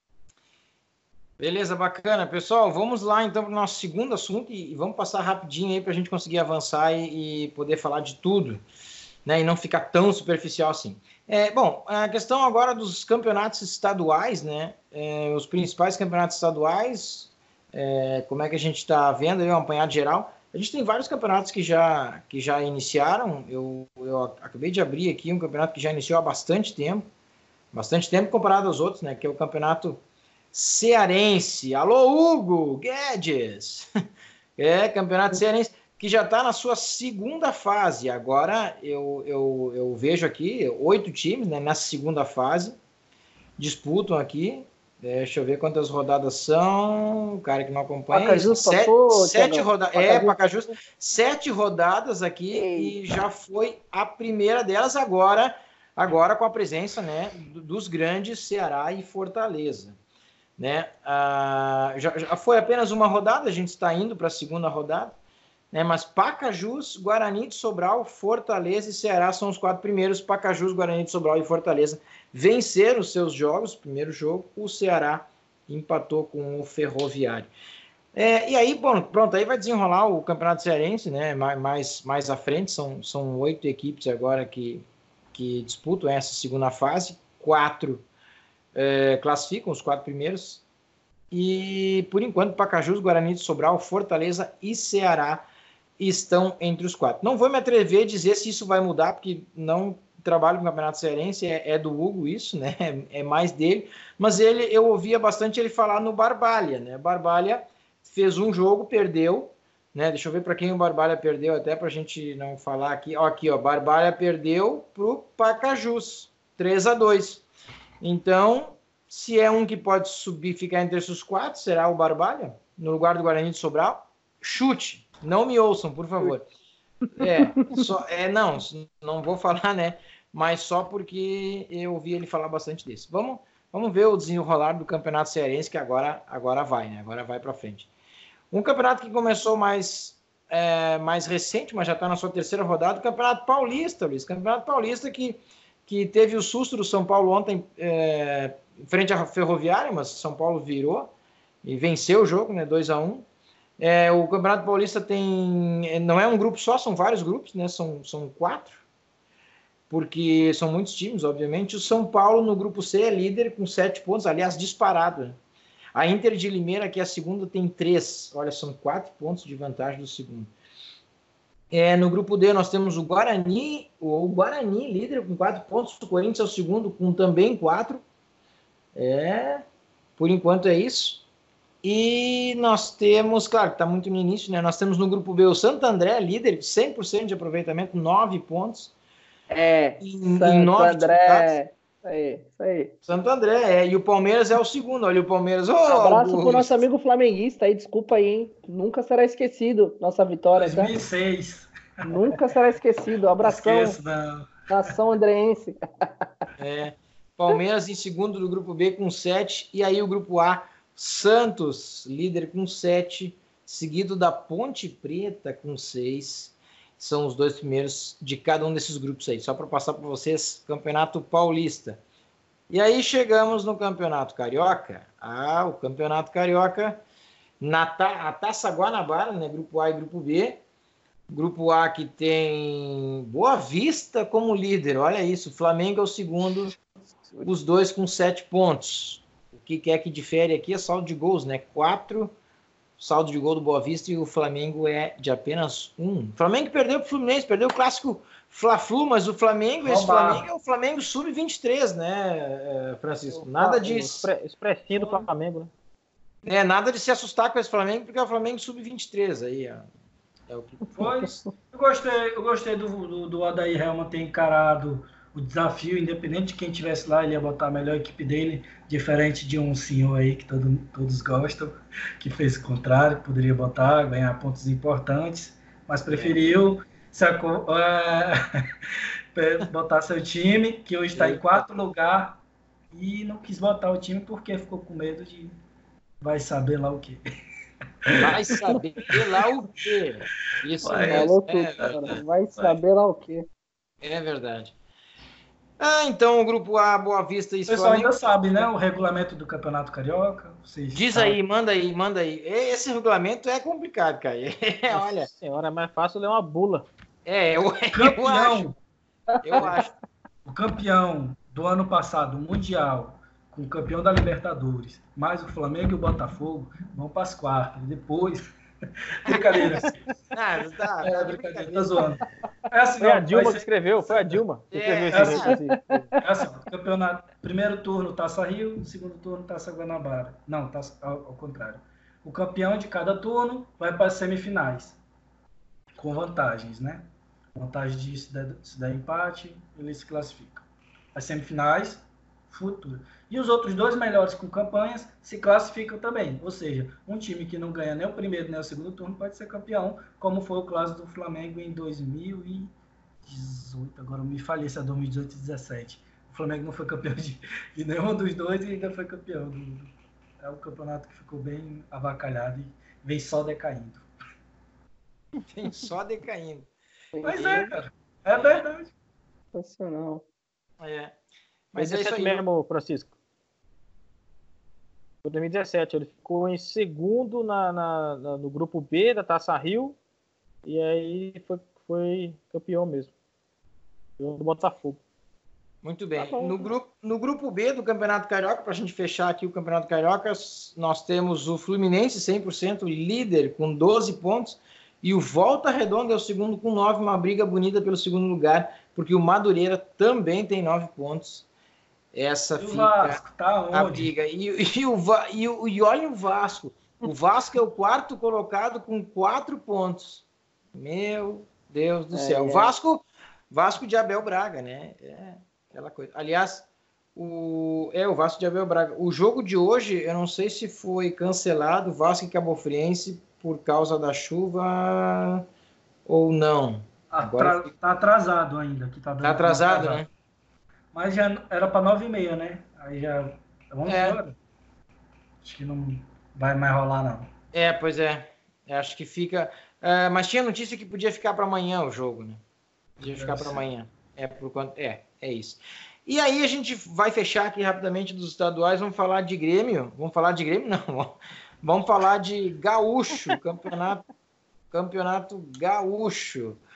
Beleza, bacana. Pessoal, vamos lá então para o nosso segundo assunto e vamos passar rapidinho aí para a gente conseguir avançar e poder falar de tudo, né, e não ficar tão superficial assim. Bom, a questão agora dos campeonatos estaduais, né, os principais campeonatos estaduais, como é que a gente está vendo aí, um apanhado geral. A gente tem vários campeonatos que já iniciaram. Eu acabei de abrir aqui um campeonato que já iniciou há bastante tempo comparado aos outros, né, que é o campeonato cearense. Alô, Hugo Guedes! Campeonato cearense, que já está na sua segunda fase. Agora eu vejo aqui 8 times, né, na segunda fase, disputam aqui. Deixa eu ver quantas rodadas são. O cara que não acompanha. Pacajus passou, 7 rodadas. Pacajus. 7 rodadas aqui. E já foi a primeira delas agora com a presença, né, dos grandes Ceará e Fortaleza. Né? Já foi apenas uma rodada, a gente está indo para a segunda rodada, né? Mas Pacajus, Guarani de Sobral, Fortaleza e Ceará são os 4 primeiros. Pacajus, Guarani de Sobral e Fortaleza venceram os seus jogos. Primeiro jogo, o Ceará empatou com o Ferroviário. E aí, bom, pronto, aí vai desenrolar o Campeonato Cearense, né? Mais à frente, são 8 equipes agora que disputam essa segunda fase, 4 classificam os 4 primeiros, e por enquanto Pacajus, Guarani de Sobral, Fortaleza e Ceará estão entre os 4. Não vou me atrever a dizer se isso vai mudar, porque não trabalho com o Campeonato Cearense, é do Hugo isso, né? É mais dele, mas eu ouvia bastante ele falar no Barbalha, né? Barbalha fez um jogo, perdeu, né? Deixa eu ver para quem o Barbalha perdeu, até para a gente não falar aqui. Aqui, Barbalha perdeu para o Pacajus, 3-2. Então, se é um que pode subir, ficar entre esses 4, será o Barbalha, no lugar do Guarani de Sobral. Chute, não me ouçam, por favor. Não vou falar, né? Mas só porque eu ouvi ele falar bastante desse. Vamos ver o desenrolar do Campeonato Cearense, que agora vai, né? Agora vai para frente. Um campeonato que começou mais recente, mas já está na sua terceira rodada, o Campeonato Paulista, Luiz. Campeonato Paulista que teve o susto do São Paulo ontem frente à Ferroviária, mas São Paulo virou e venceu o jogo, né, 2-1. O Campeonato Paulista não é um grupo só, são vários grupos, né, são 4. porque são muitos times, obviamente. O São Paulo, no grupo C, é líder com 7 pontos, aliás, disparado, né? A Inter de Limeira, que é a segunda, tem 3. Olha, são 4 pontos de vantagem do segundo. No grupo D, nós temos o Guarani, líder com 4 pontos. O Corinthians é o segundo, com também 4. Por enquanto é isso. E nós temos, claro, que está muito no início, né? Nós temos no grupo B o Santo André, líder, 100% de aproveitamento, 9 pontos. Santo André. Isso aí. Santo André, e o Palmeiras é o segundo. Olha o Palmeiras. Abraço pro nosso amigo flamenguista aí, desculpa aí, hein? Nunca será esquecido nossa vitória. 2006. Tá? Nunca será esquecido. Abração. Esqueço, não. Nação andreense. Palmeiras em segundo do grupo B com 7. E aí o grupo A, Santos, líder com 7. Seguido da Ponte Preta com 6. São os 2 primeiros de cada um desses grupos aí. Só para passar para vocês, Campeonato Paulista. E aí chegamos no Campeonato Carioca. O Campeonato Carioca, a Taça Guanabara, né? Grupo A e Grupo B. Grupo A que tem Boa Vista como líder. Olha isso, o Flamengo é o segundo, os 2 com 7 pontos. O que é que difere aqui é saldo de gols, né? 4. Saldo de gol do Boa Vista e o Flamengo é de apenas 1. O Flamengo perdeu para o Fluminense, perdeu o clássico Fla-Flu, mas o Flamengo, esse Flamengo é o Flamengo sub-23, né, Francisco? Nada disso. Expressinho do Flamengo, né? Nada de se assustar com esse Flamengo, porque é o Flamengo sub-23 aí. É o que foi. Eu gostei do Odair Helman ter encarado o desafio, independente de quem estivesse lá, ele ia botar a melhor equipe dele, diferente de um senhor aí que todos gostam, que fez o contrário, poderia botar, ganhar pontos importantes, mas preferiu botar seu time, que hoje está em 4º lugar, e não quis botar o time porque ficou com medo de vai saber lá o quê. Vai saber lá o quê? Isso vai saber lá o quê. É verdade. Então o grupo A, Boa Vista e Flamengo. O pessoal ainda sabe, né? O regulamento do Campeonato Carioca. Diz aí, manda aí. Esse regulamento é complicado, cara. Olha. Nossa senhora, é mais fácil ler uma bula. Eu acho. O campeão do ano passado, o Mundial, com o campeão da Libertadores, mais o Flamengo e o Botafogo, vão para as quartas. Depois... Brincadeira. Brincadeira, tá zoando. Foi a Dilma que escreveu, foi a Dilma que escreveu campeonato, primeiro turno Taça Rio, segundo turno Taça Guanabara. Não, ao contrário. O campeão de cada turno vai para as semifinais, com vantagens, né? Vantagem de se der empate, ele se classifica. As semifinais, futuro. E os outros 2 melhores com campanhas se classificam também. Ou seja, um time que não ganha nem o primeiro nem o segundo turno pode ser campeão, como foi o caso do Flamengo em 2018. Agora me falhei se é 2018 e 2017. O Flamengo não foi campeão de nenhum dos 2 e ainda foi campeão. É um campeonato que ficou bem avacalhado e vem só decaindo. Vem só decaindo. Mas cara. É verdade. Sensacional. Mas é isso aí mesmo, Francisco. Em 2017, ele ficou em segundo no grupo B da Taça Rio e aí foi campeão mesmo. Campeão do Botafogo. Muito bem. Tá no grupo B do Campeonato Carioca, para a gente fechar aqui o Campeonato Carioca, nós temos o Fluminense 100% líder com 12 pontos e o Volta Redonda é o segundo com 9, uma briga bonita pelo segundo lugar, porque o Madureira também tem 9 pontos. Essa fica Vasco, tá a briga. E olha o Vasco. O Vasco é o 4º colocado com 4 pontos. Meu Deus do céu. Vasco de Abel Braga, né? Aquela coisa. Aliás, o Vasco de Abel Braga. O jogo de hoje, eu não sei se foi cancelado, Vasco e Cabofriense, por causa da chuva ou não. Tá atrasado ainda. Tá atrasado, né? Mas já era para 9h30, né? Aí já... Vamos embora. Acho que não vai mais rolar, não. Pois é. Acho que fica... mas tinha notícia que podia ficar para amanhã o jogo, né? Podia ficar para amanhã. É isso. E aí a gente vai fechar aqui rapidamente dos estaduais. Vamos falar de Grêmio. Vamos falar de Grêmio? Não. Vamos falar de Gaúcho. Campeonato Gaúcho.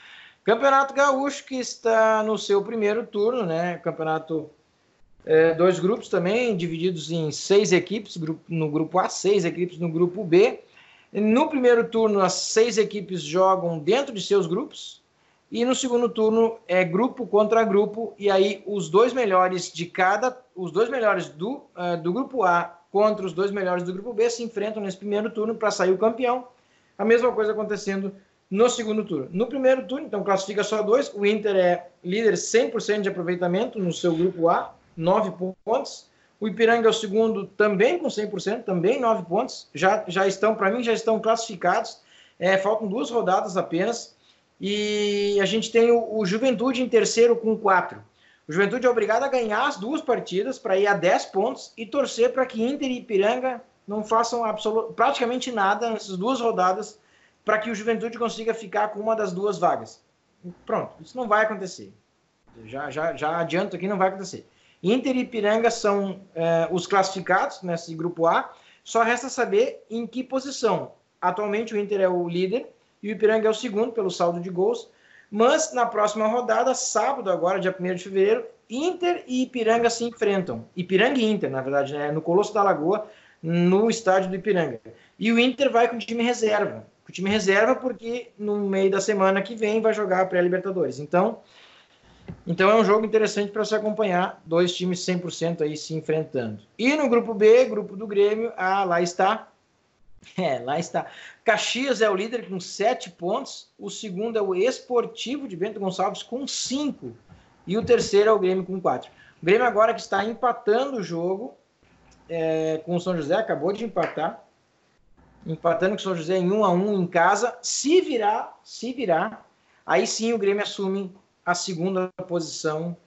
Campeonato Gaúcho, que está no seu primeiro turno, né? Campeonato, 2 grupos também, divididos em 6 equipes, no grupo A, 6 equipes no grupo B. No primeiro turno, as 6 equipes jogam dentro de seus grupos, e no segundo turno é grupo contra grupo, e aí os 2 melhores os 2 melhores do grupo A contra os 2 melhores do grupo B se enfrentam nesse primeiro turno para sair o campeão. A mesma coisa acontecendo no segundo turno. No primeiro turno, então, classifica só 2. O Inter é líder 100% de aproveitamento no seu grupo A, 9 pontos. O Ipiranga é o segundo, também com 100%, também 9 pontos. Já estão, para mim, já estão classificados. Faltam 2 rodadas apenas. E a gente tem o Juventude em terceiro com 4. O Juventude é obrigado a ganhar as 2 partidas para ir a 10 pontos e torcer para que Inter e Ipiranga não façam praticamente nada nessas 2 rodadas, para que o Juventude consiga ficar com uma das 2 vagas. Pronto, isso não vai acontecer. Já adianto aqui, não vai acontecer. Inter e Ipiranga são os classificados nesse grupo A. Só resta saber em que posição. Atualmente o Inter é o líder e o Ipiranga é o segundo pelo saldo de gols. Mas na próxima rodada, sábado agora, dia 1º de fevereiro, Inter e Ipiranga se enfrentam. Ipiranga e Inter, na verdade, né? No Colosso da Lagoa, no estádio do Ipiranga. E o Inter vai com o time reserva. O time reserva porque no meio da semana que vem vai jogar a pré-Libertadores. Então é um jogo interessante para se acompanhar, 2 times 100% aí se enfrentando. E no grupo B, grupo do Grêmio, lá está. Lá está. Caxias é o líder com 7 pontos, o segundo é o Esportivo de Bento Gonçalves com 5 e o terceiro é o Grêmio com 4. O Grêmio agora que está empatando o jogo com o São José, acabou de empatando com o São José em 1-1 em casa. Se virar, aí sim o Grêmio assume a segunda posição,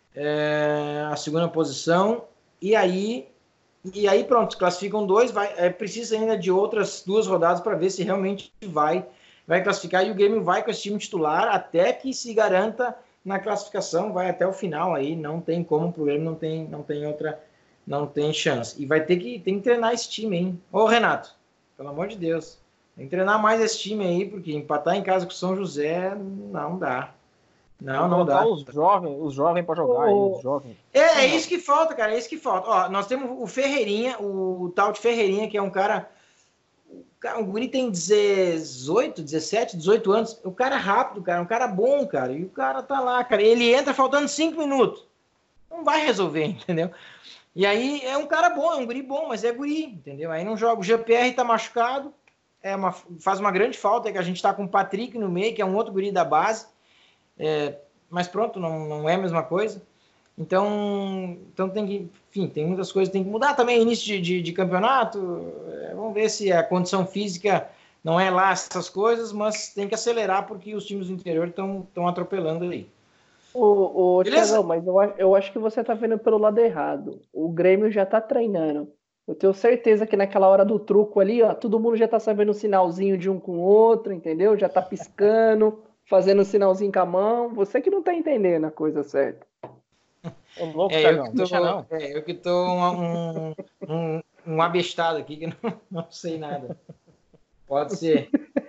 e aí pronto, classificam 2, precisa ainda de outras 2 rodadas para ver se realmente vai classificar, e o Grêmio vai com esse time titular até que se garanta na classificação, vai até o final, aí não tem como, pro Grêmio não tem chance, e tem que treinar esse time, hein? Ô Renato, pelo amor de Deus, tem que treinar mais esse time aí, porque empatar em casa com o São José não dá. Não dá. Os jovens para jogar. Os jovens. É isso que falta, cara. É isso que falta. Ó, nós temos o Ferreirinha, o tal de Ferreirinha, que é um cara. O guri tem 17, 18 anos. O cara é rápido, cara. Um cara bom, cara. E o cara tá lá, cara. Ele entra faltando 5 minutos. Não vai resolver, entendeu? E aí é um cara bom, é um guri bom, mas é guri, entendeu? Aí não joga. O GPR tá machucado. Faz uma grande falta, que a gente tá com o Patrick no meio, que é um outro guri da base. Mas pronto, não é a mesma coisa. Então tem muitas coisas que tem que mudar também. Início de campeonato, vamos ver se a condição física não é lá essas coisas, mas tem que acelerar porque os times do interior estão atropelando aí. Thiagão, mas eu acho que você tá vendo pelo lado errado. O Grêmio já tá treinando. Eu tenho certeza que naquela hora do truco ali, ó, todo mundo já tá sabendo o sinalzinho de um com o outro, entendeu? Já tá piscando, fazendo um sinalzinho com a mão. Você que não tá entendendo a coisa certa. Eu que tô um abestado aqui que não sei nada. Pode ser.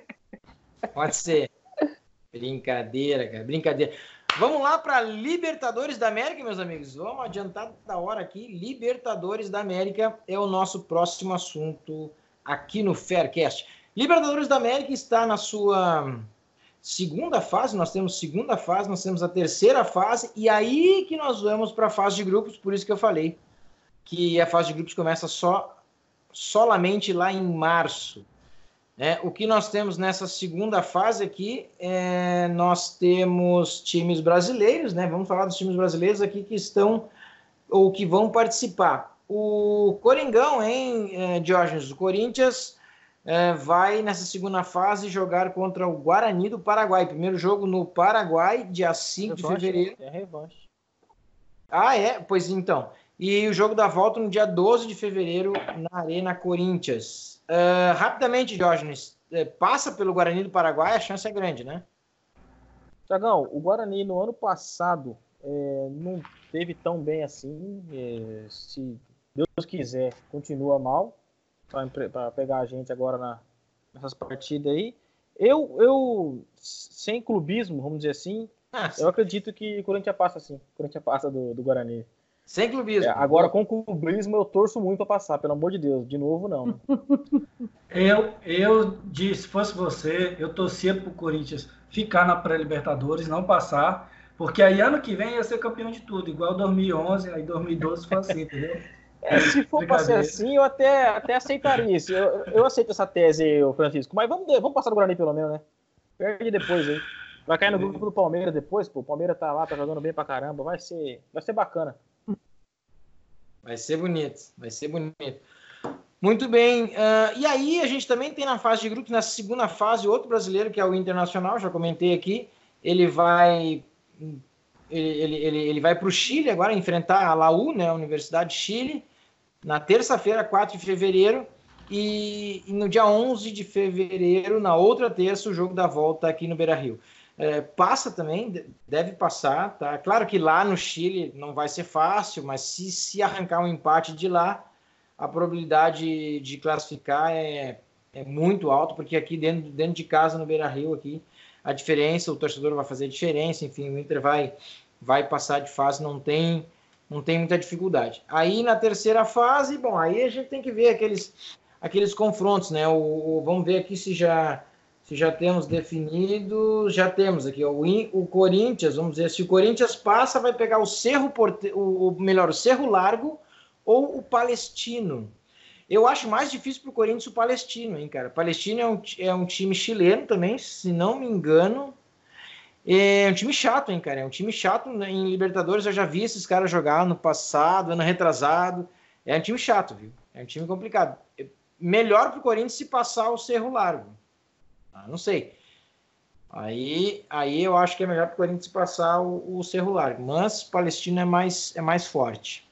Brincadeira, cara. Brincadeira. Vamos lá para Libertadores da América, meus amigos. Vamos adiantar da hora aqui. Libertadores da América é o nosso próximo assunto aqui no Faircast. Libertadores da América está na sua segunda fase. Nós temos segunda fase, nós temos a terceira fase. E aí que nós vamos para a fase de grupos. Por isso que eu falei que a fase de grupos começa solamente lá em março. O que nós temos nessa segunda fase aqui, nós temos times brasileiros, né? Vamos falar dos times brasileiros aqui que estão ou que vão participar. O Coringão, Diógenes? O Corinthians vai nessa segunda fase jogar contra o Guarani do Paraguai. Primeiro jogo no Paraguai, dia 5 de fevereiro. É revanche. Pois então. E o jogo da volta no dia 12 de fevereiro na Arena Corinthians. Rapidamente, Diógenes, passa pelo Guarani do Paraguai, a chance é grande, né? Tiagão, o Guarani no ano passado não teve tão bem assim. Se Deus quiser, continua mal para pegar a gente agora nessas partidas aí. Eu sem clubismo, vamos dizer assim, eu acredito que o Corinthians passa sim. O Corinthians passa do Guarani. Sem clubismo. Agora, com clubismo, eu torço muito para passar, pelo amor de Deus. De novo, não. Se fosse você, eu torcia pro Corinthians ficar na pré-Libertadores, não passar, porque aí ano que vem ia ser campeão de tudo, igual 2011, aí 2012 foi assim, entendeu? Se for para ser assim, eu até aceitaria isso. Eu aceito essa tese aí, Francisco, mas vamos passar do Guarani pelo menos, né? Perde depois aí. Vai cair no grupo do Palmeiras depois, pô. O Palmeiras tá lá, tá jogando bem pra caramba. Vai ser bacana. Vai ser bonito. Muito bem. E aí a gente também tem na fase de grupos, na segunda fase, outro brasileiro, que é o Internacional, já comentei aqui. Ele vai para o Chile agora enfrentar a Laú, né, a Universidade de Chile, na terça-feira, 4 de fevereiro. E no dia 11 de fevereiro, na outra terça, o jogo da volta aqui no Beira-Rio. Passa também, deve passar, tá? Claro que lá no Chile não vai ser fácil, mas se arrancar um empate de lá, a probabilidade de classificar é muito alta, porque aqui dentro de casa, no Beira-Rio, aqui, a diferença, o torcedor vai fazer diferença, enfim, o Inter vai passar de fase, não tem muita dificuldade. Aí na terceira fase, bom, aí a gente tem que ver aqueles confrontos, né? Vamos ver aqui se já temos definido. Já temos aqui, ó, o Corinthians, vamos dizer, se o Corinthians passa, vai pegar o Cerro o Cerro Largo ou o Palestino. Eu acho mais difícil para o Corinthians o Palestino, hein, cara? O Palestino é um time chileno também, se não me engano. É um time chato, hein, cara? É um time chato, né? Em Libertadores eu já vi esses caras jogar ano passado, ano retrasado. É um time chato, viu? É um time complicado. Melhor para o Corinthians se passar o Cerro Largo. Não sei. Aí eu acho que é melhor para o Corinthians passar o Cerro Largo. Mas o Palestino é mais forte.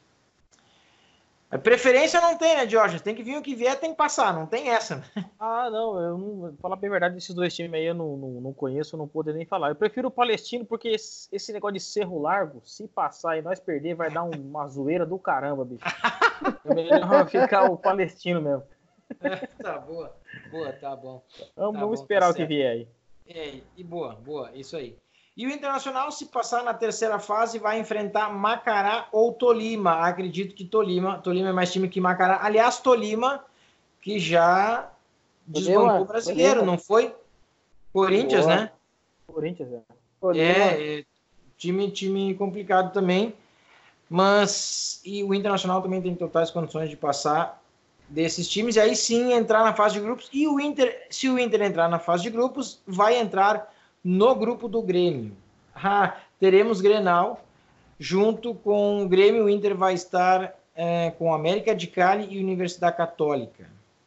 A preferência não tem, né, Diógenes? Tem que vir o que vier, tem que passar. Não tem essa, né? Não. Eu não... Falar bem a verdade, desses dois times aí eu não conheço, não poder nem falar. Eu prefiro o Palestino porque esse negócio de Cerro Largo, se passar e nós perder, vai dar uma zoeira do caramba, bicho. É melhor ficar o Palestino mesmo. Tá, boa, tá bom. Vamos esperar o que vier aí. Boa, isso aí. E o Internacional, se passar na terceira fase, vai enfrentar Macará ou Tolima. Acredito que Tolima é mais time que Macará. Aliás, Tolima, que já desbancou o brasileiro, não foi? Corinthians, né? Corinthians, time complicado também. Mas o Internacional também tem totais condições de passar desses times, e aí sim entrar na fase de grupos. E se o Inter entrar na fase de grupos, vai entrar no grupo do Grêmio. Teremos Grenal, junto com o Grêmio. O Inter vai estar com América de Cali e Universidade Católica.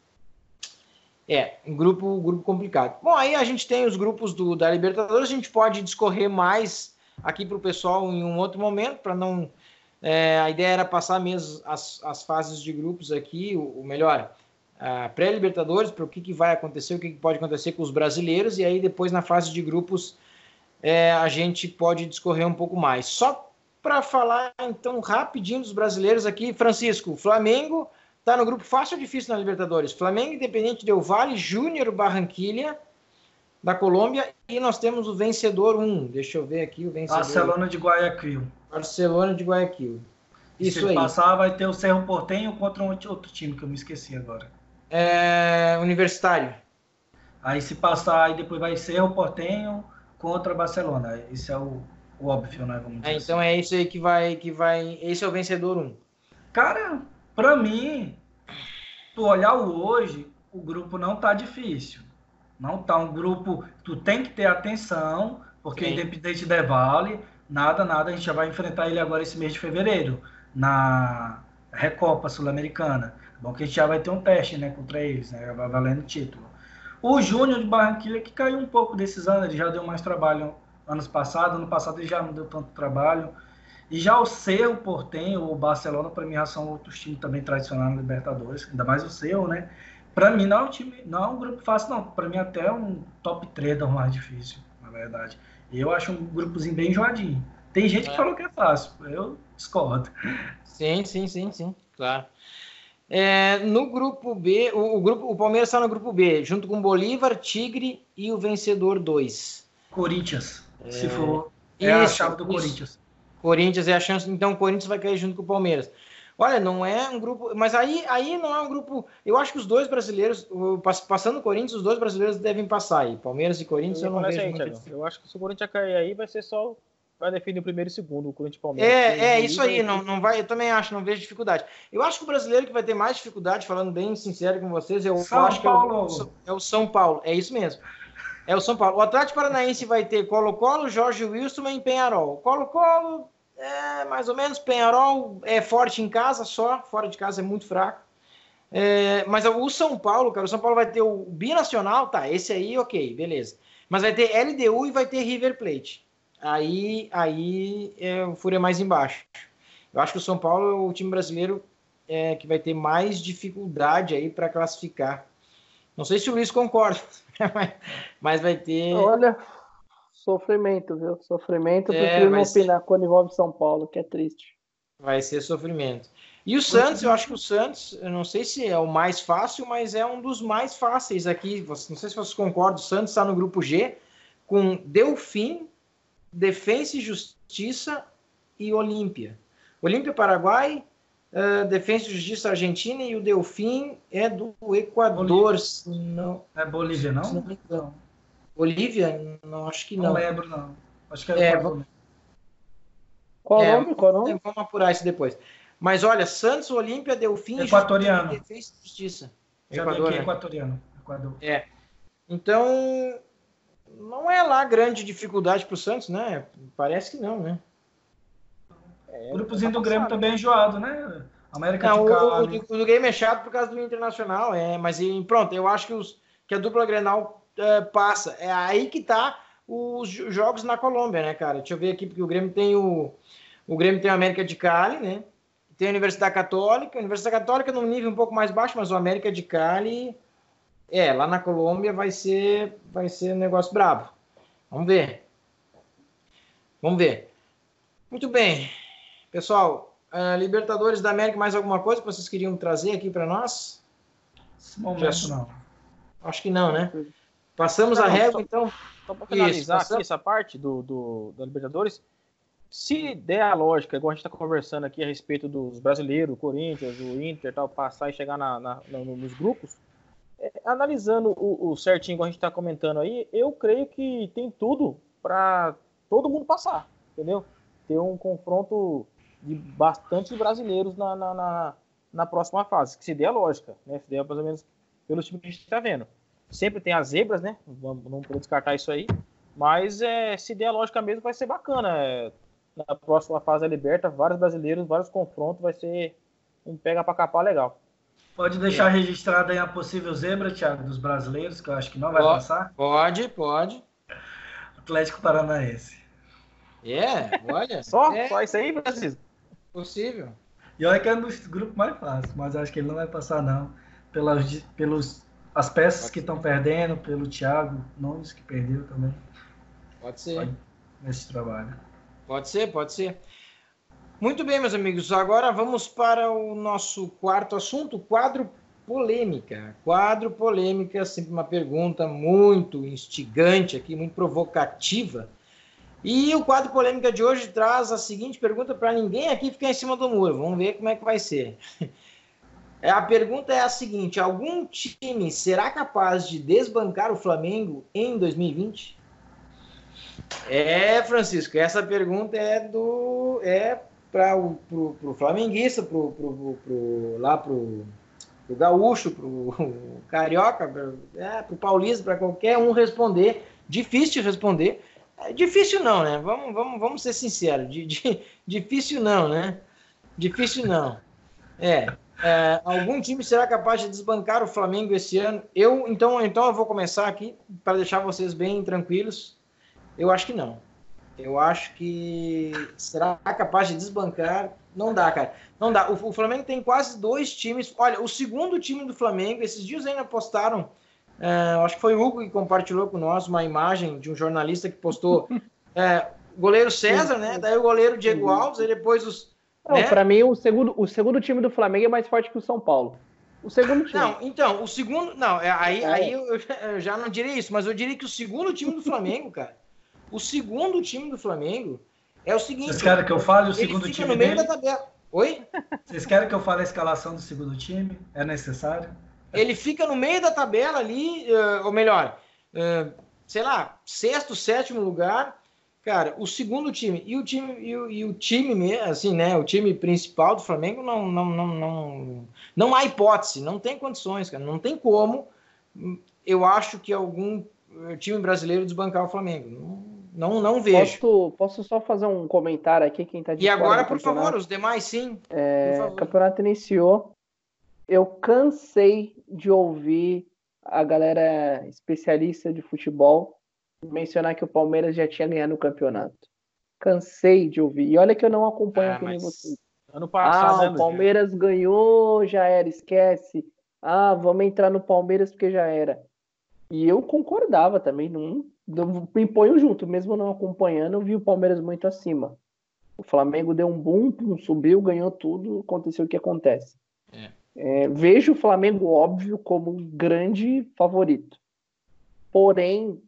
Um grupo complicado. Bom, aí a gente tem os grupos da Libertadores. A gente pode discorrer mais aqui para o pessoal em um outro momento, para não... a ideia era passar mesmo as fases de grupos aqui, o melhor, a pré-Libertadores, para o que vai acontecer, o que pode acontecer com os brasileiros, e aí depois na fase de grupos a gente pode discorrer um pouco mais. Só para falar então rapidinho dos brasileiros aqui, Francisco, o Flamengo está no grupo fácil ou difícil na Libertadores? Flamengo, Independiente Del Valle, Júnior Barranquilla da Colômbia, e nós temos o vencedor 1. Deixa eu ver aqui o vencedor. Barcelona de Guayaquil. Barcelona de Guayaquil. Isso se aí. Passar, vai ter o Cerro Porteño contra outro time que eu me esqueci agora. Universitário. Aí se passar, aí depois vai Cerro Porteño contra Barcelona. Esse é o óbvio, né? Vamos dizer então assim. É isso aí que vai. Esse é o vencedor 1. Cara, pra mim, tu olhar hoje, o grupo não tá difícil. Não tá um grupo. Tu tem que ter atenção, porque sim. Independente Del Valle, nada, a gente já vai enfrentar ele agora esse mês de fevereiro, na Recopa Sul-Americana. Bom que a gente já vai ter um teste, né, contra eles, né, vai valendo título. O Júnior de Barranquilla, que caiu um pouco desses anos, ele já deu mais trabalho ano passado ele já não deu tanto trabalho. E já o Cerro Porteño, o Barcelona, para mim já são outros times também tradicionais na Libertadores, ainda mais o Cerro, né. Para mim não é um grupo fácil, não. Para mim até é um top 3 do mais difícil, na verdade. Eu acho um grupozinho bem enjoadinho. Tem gente que falou que é fácil, eu discordo. Sim, claro. No grupo B, o Palmeiras está no grupo B, junto com Bolívar, Tigre e o vencedor 2. Corinthians, se for. A chave do Corinthians. Corinthians é a chance, então o Corinthians vai cair junto com o Palmeiras. Olha, não é um grupo, mas aí não é um grupo. Eu acho que os dois brasileiros, passando o Corinthians, os dois brasileiros devem passar aí. Palmeiras e Corinthians, eu não vejo muito. Eu acho que se o Corinthians cair aí, vai ser só. Vai definir o primeiro e segundo, o Corinthians e Palmeiras. Isso aí, não vai, eu também acho, não vejo dificuldade. Eu acho que o brasileiro que vai ter mais dificuldade, falando bem sincero com vocês, eu acho que é o São Paulo. É isso mesmo. É o São Paulo. O Atlético Paranaense vai ter Colo-Colo, Jorge Wilson e Peñarol. Colo-Colo mais ou menos, Peñarol é forte em casa só, fora de casa é muito fraco. Mas o São Paulo, cara, o São Paulo vai ter o Binacional, tá, esse aí, ok, beleza. Mas vai ter LDU e vai ter River Plate. Aí o furo é mais embaixo. Eu acho que o São Paulo é o time brasileiro que vai ter mais dificuldade aí para classificar. Não sei se o Luiz concorda, mas vai ter... Olha, sofrimento, viu? Sofrimento, prefiro não opinar quando envolve São Paulo, que é triste. Vai ser sofrimento. E o Santos, eu acho que o Santos, eu não sei se é o mais fácil, mas é um dos mais fáceis aqui. Não sei se vocês concordam, o Santos está no grupo G, com Delfim, Defensa e Justiça e Olímpia. Olímpia Paraguai, Defensa e Justiça Argentina e o Delfim é do Equador. Não é Bolívia, não? Não. Bolívia? Não, acho que não. Não lembro, não. Acho que é Equador. Qual nome? Vamos apurar isso depois. Mas olha, Santos, Olímpia, Delfim, Equatoriano. Defensa e Justiça. Equador, né? Equatoriano. Equador. Então, não é lá grande dificuldade para o Santos, né? Parece que não, né? O grupozinho do Grêmio também é enjoado, né? América de Cali. O do Grêmio é chato por causa do Internacional, mas pronto, eu acho que a dupla Grenal passa. É aí que tá os jogos na Colômbia, né, cara? Deixa eu ver aqui, porque o Grêmio tem o Grêmio tem a América de Cali, né? Tem a Universidade Católica. A Universidade Católica num nível um pouco mais baixo, mas o América de Cali, lá na Colômbia vai ser um negócio brabo. Vamos ver. Muito bem. Pessoal, Libertadores da América, mais alguma coisa que vocês queriam trazer aqui para nós? Nesse momento, não. Acho que não, né? Passamos a régua, então. Só para finalizar aqui essa parte da Libertadores, se der a lógica, igual a gente está conversando aqui a respeito dos brasileiros, o Corinthians, o Inter, tal, passar e chegar nos grupos, analisando o certinho, igual a gente está comentando aí, eu creio que tem tudo para todo mundo passar, entendeu? Ter um confronto de bastante brasileiros na próxima fase, que se der a lógica, né? Se der mais ou menos pelo time que a gente está vendo. Sempre tem as zebras, né? Não podemos descartar isso aí, mas se der a lógica mesmo, vai ser bacana. Na próxima fase da Liberta, vários brasileiros, vários confrontos, vai ser um pega para capar legal. Pode deixar registrada aí a possível zebra, Thiago, dos brasileiros, que eu acho que não vai passar? Pode. Atlético Paranaense. Olha. Só isso aí, Francisco? Possível. E olha que é um dos grupos mais fáceis, mas acho que ele não vai passar, não. As peças que estão perdendo, pelo Thiago Nunes, que perdeu também. Pode ser. Nesse trabalho. Pode ser. Muito bem, meus amigos. Agora vamos para o nosso quarto assunto, quadro polêmica. Quadro polêmica, sempre uma pergunta muito instigante aqui, muito provocativa. E o quadro polêmica de hoje traz a seguinte pergunta para ninguém aqui ficar em cima do muro. Vamos ver como é que vai ser. A pergunta é a seguinte: algum time será capaz de desbancar o Flamengo em 2020? Francisco, essa pergunta para o flamenguista, pro gaúcho, pro carioca, pro paulista, para qualquer um responder. Difícil de responder. Difícil não, né? Vamos ser sinceros. Difícil não, né? Difícil não. Algum time será capaz de desbancar o Flamengo esse ano? Então eu vou começar aqui para deixar vocês bem tranquilos. Eu acho que não. Eu acho que será capaz de desbancar. Não dá, cara. Não dá. O Flamengo tem quase 2 times. Olha, o segundo time do Flamengo, esses dias ainda postaram, acho que foi o Hugo que compartilhou com nós uma imagem de um jornalista que postou goleiro César, né? Daí o goleiro Diego Alves, aí depois Não, né? para mim, o segundo time do Flamengo é mais forte que o São Paulo. O segundo time. Não, então, o segundo. Não, aí eu já não diria isso, mas eu diria que o segundo time do Flamengo, cara. O segundo time do Flamengo é o seguinte. Vocês querem que eu fale o ele segundo fica time no meio dele? da tabela. Oi? Vocês querem que eu fale a escalação do segundo time? É necessário? Ele fica no meio da tabela ali, ou melhor, sei lá, sexto, sétimo lugar. Cara, o segundo time e o time, assim, né? O time principal do Flamengo não há hipótese, não tem condições, cara, não tem como. Eu acho que algum time brasileiro desbancar o Flamengo. Não vejo. Posso só fazer um comentário aqui, quem tá de E fora agora, do por campeonato? favor, os demais sim. O campeonato iniciou. Eu cansei de ouvir a galera especialista de futebol mencionar que o Palmeiras já tinha ganhado o campeonato. Cansei de ouvir. E olha que eu não acompanho que nem vocês. Ano passado, o Palmeiras ganhou, já era, esquece. Vamos entrar no Palmeiras porque já era. E eu concordava também, não me ponho junto, mesmo não acompanhando, eu vi o Palmeiras muito acima. O Flamengo deu um boom, subiu, ganhou tudo, aconteceu o que acontece. Vejo o Flamengo, óbvio, como um grande favorito. Porém,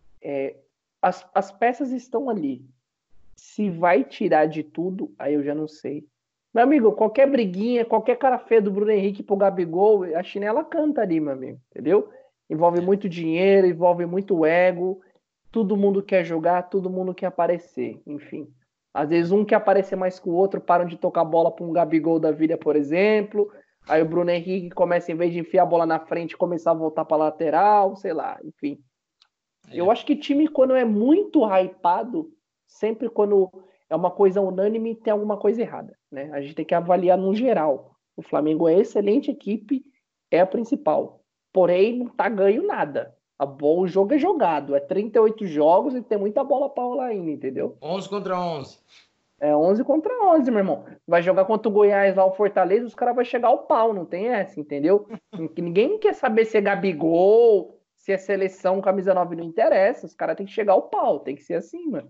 as peças estão ali. Se vai tirar de tudo, aí eu já não sei. Meu amigo, qualquer briguinha, qualquer cara feio do Bruno Henrique pro Gabigol, a chinela canta ali, meu amigo, entendeu? Envolve muito dinheiro, envolve muito ego, todo mundo quer jogar, todo mundo quer aparecer, enfim. Às vezes um quer aparecer mais que o outro, param de tocar bola para um Gabigol da vida, por exemplo. Aí o Bruno Henrique começa, em vez de enfiar a bola na frente, começar a voltar para lateral, sei lá, enfim. Eu acho que time, quando é muito hypado, sempre quando é uma coisa unânime, tem alguma coisa errada, né? A gente tem que avaliar no geral. O Flamengo é excelente equipe, é a principal. Porém, não tá ganho nada. O jogo é jogado. É 38 jogos e tem muita bola pra rolar ainda, entendeu? 11 contra 11. É 11 contra 11, meu irmão. Vai jogar contra o Goiás lá, o Fortaleza, os caras vão chegar ao pau, não tem essa, entendeu? Ninguém quer saber se é Gabigol, se é seleção, camisa 9, não interessa. Os caras têm que chegar ao pau, tem que ser assim, mano.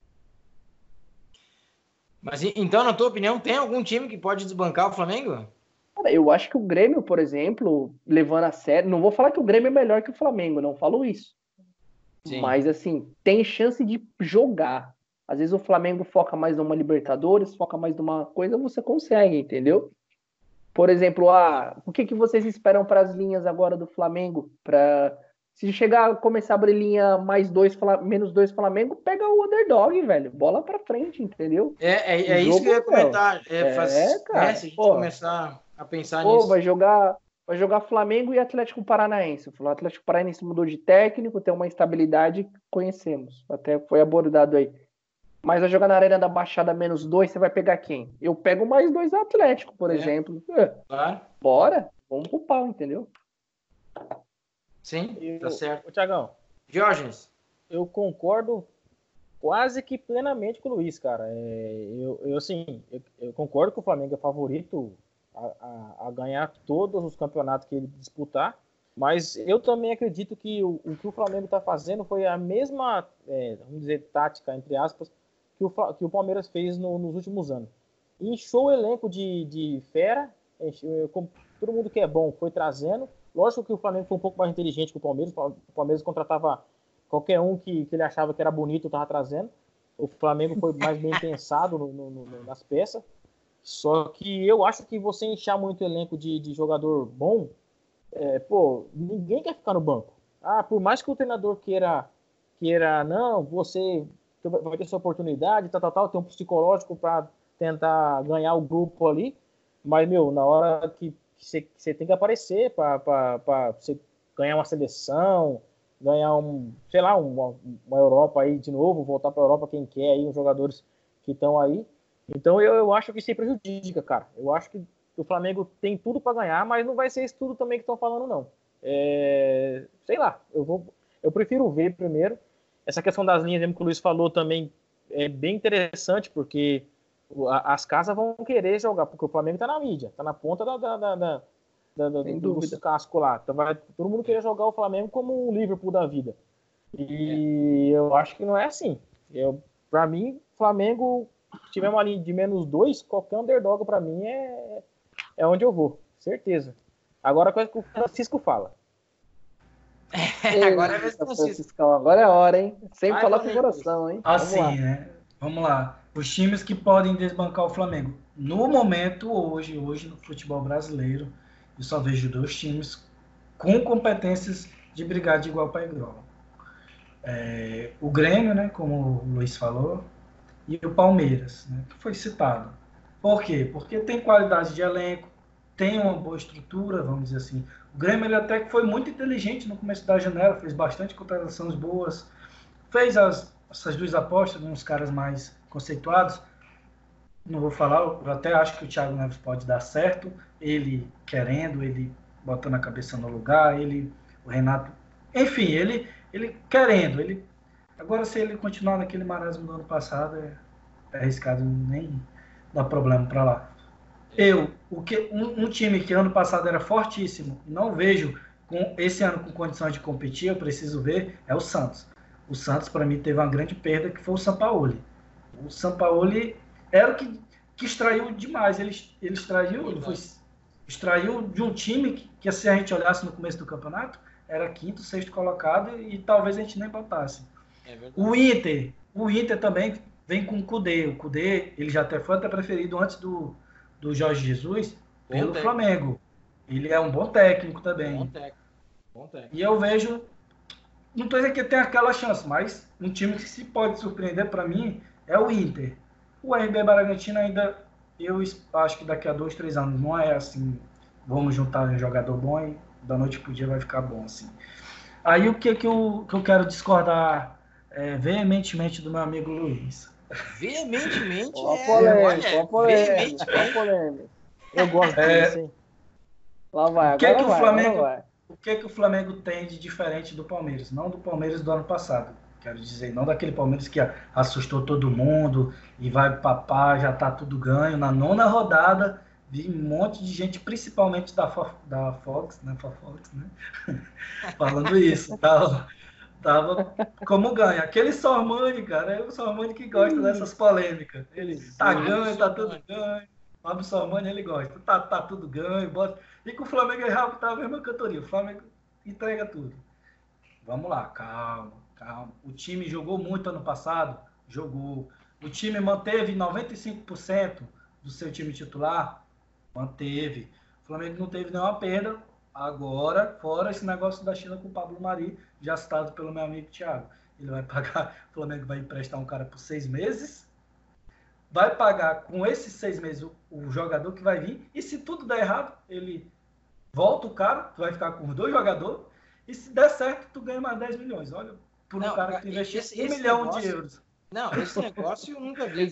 Mas então, na tua opinião, tem algum time que pode desbancar o Flamengo? Cara, eu acho que o Grêmio, por exemplo, levando a sério, não vou falar que o Grêmio é melhor que o Flamengo, não falo isso. Sim. Mas, assim, tem chance de jogar. Às vezes o Flamengo foca mais numa Libertadores, foca mais numa coisa, você consegue, entendeu? Por exemplo, o que vocês esperam para as linhas agora do Flamengo? Se chegar a começar a abrir linha menos 2 Flamengo, pega o underdog, velho. Bola pra frente, entendeu? É isso que eu ia comentar. Cara. Se a gente começar a pensar nisso. Vai jogar Flamengo e Atlético Paranaense. O Atlético Paranaense mudou de técnico, tem uma instabilidade que conhecemos. Até foi abordado aí. Mas vai jogar na Arena da Baixada menos 2, você vai pegar quem? Eu pego mais 2 Atlético, por exemplo. Claro. Bora, vamos pro pau, entendeu? Sim, tá certo. Ô, Thiagão. Diógenes. Eu concordo quase que plenamente com o Luiz, cara. Eu concordo que o Flamengo é favorito a ganhar todos os campeonatos que ele disputar, mas eu também acredito que o que o Flamengo está fazendo foi a mesma, vamos dizer, tática, entre aspas, que o Palmeiras fez nos últimos anos. Inchou o elenco de fera, todo mundo que é bom foi trazendo. Lógico que o Flamengo foi um pouco mais inteligente que o Palmeiras. O Palmeiras contratava qualquer um que ele achava que era bonito, estava trazendo. O Flamengo foi mais bem pensado nas peças. Só que eu acho que você inchar muito o elenco de jogador bom, ninguém quer ficar no banco. Por mais que o treinador queira, não, você vai ter sua oportunidade, tal, tem um psicológico para tentar ganhar o grupo ali, mas, na hora que você tem que aparecer para você ganhar uma seleção, ganhar uma Europa aí de novo, voltar para a Europa quem quer aí, os jogadores que estão aí. Então eu acho que isso aí prejudica, cara. Eu acho que o Flamengo tem tudo para ganhar, mas não vai ser isso tudo também que estão falando, não. Sei lá, eu prefiro ver primeiro. Essa questão das linhas, mesmo que o Luiz falou também, é bem interessante, porque as casas vão querer jogar, porque o Flamengo tá na mídia, tá na ponta do casco lá. Então vai todo mundo querer jogar o Flamengo como um Liverpool da vida. E eu acho que não é assim. Para mim, Flamengo tiver uma linha de -2, qualquer underdog para mim é onde eu vou, certeza. Agora a coisa que o Francisco fala. Agora é a vez do Francisco. Agora é a hora, hein? Sempre falar com o Francisco. coração, hein? Assim, né? Vamos lá. Os times que podem desbancar o Flamengo. No momento, hoje no futebol brasileiro, eu só vejo 2 times com competências de brigar de igual para igual. O Grêmio, né, como o Luiz falou, e o Palmeiras, né, que foi citado. Por quê? Porque tem qualidade de elenco, tem uma boa estrutura, vamos dizer assim. O Grêmio ele até que foi muito inteligente no começo da janela, fez bastante contratações boas, fez essas 2 apostas nos caras mais conceituados. Não vou falar, eu até acho que o Thiago Neves pode dar certo, ele querendo, ele botando a cabeça no lugar, o Renato, enfim, ele querendo, agora se ele continuar naquele marasmo do ano passado, é arriscado nem dar problema para lá. Um time que ano passado era fortíssimo, não vejo esse ano com condições de competir, eu preciso ver, é o Santos. O Santos, para mim, teve uma grande perda, que foi o Sampaoli. O Sampaoli era o que extraiu demais. Ele extraiu de um time que, se a gente olhasse no começo do campeonato, era 5º, 6º colocado e talvez a gente nem botasse. O Inter também vem com o Kudê. O Kudê, ele já foi até preferido antes do Jorge Jesus pelo Flamengo. Ele é um bom técnico também. Bom técnico. E eu vejo, não estou dizendo que tem aquela chance, mas um time que se pode surpreender para mim é o Inter. O RB Bragantino ainda, eu acho que daqui a 2, 3 anos não é assim, vamos juntar um jogador bom e da noite pro dia vai ficar bom assim. Aí o que eu quero discordar veementemente do meu amigo Luiz. Veementemente? Ó a polêmica. Eu gosto disso, hein? Lá vai, agora O que o Flamengo tem de diferente do Palmeiras? Não do Palmeiras do ano passado. Quero dizer, não daquele Palmeiras que assustou todo mundo e vai papar, já tá tudo ganho. Na 9ª rodada, vi um monte de gente, principalmente da Fox, né? Falando isso. Tava como ganha. Aquele Sormani, cara, é o Sormani que gosta dessas polêmicas. Ele tá ganho, tá tudo ganho. O Sormani, ele gosta. Tá tudo ganho. Bota... E com o Flamengo errado, tá a mesma cantoria. O Flamengo entrega tudo. Vamos lá, calma. O time jogou muito ano passado? Jogou. O time manteve 95% do seu time titular? Manteve. O Flamengo não teve nenhuma perda. Agora, fora esse negócio da China com o Pablo Mari, já citado pelo meu amigo Thiago. Ele vai pagar, o Flamengo vai emprestar um cara por 6 meses, vai pagar com esses 6 meses o jogador que vai vir, e se tudo der errado, ele volta o cara, tu vai ficar com os 2 jogadores, e se der certo, tu ganha mais 10 milhões. Olha, por um cara que investiu 1 milhão de euros. Não, esse negócio eu nunca vi.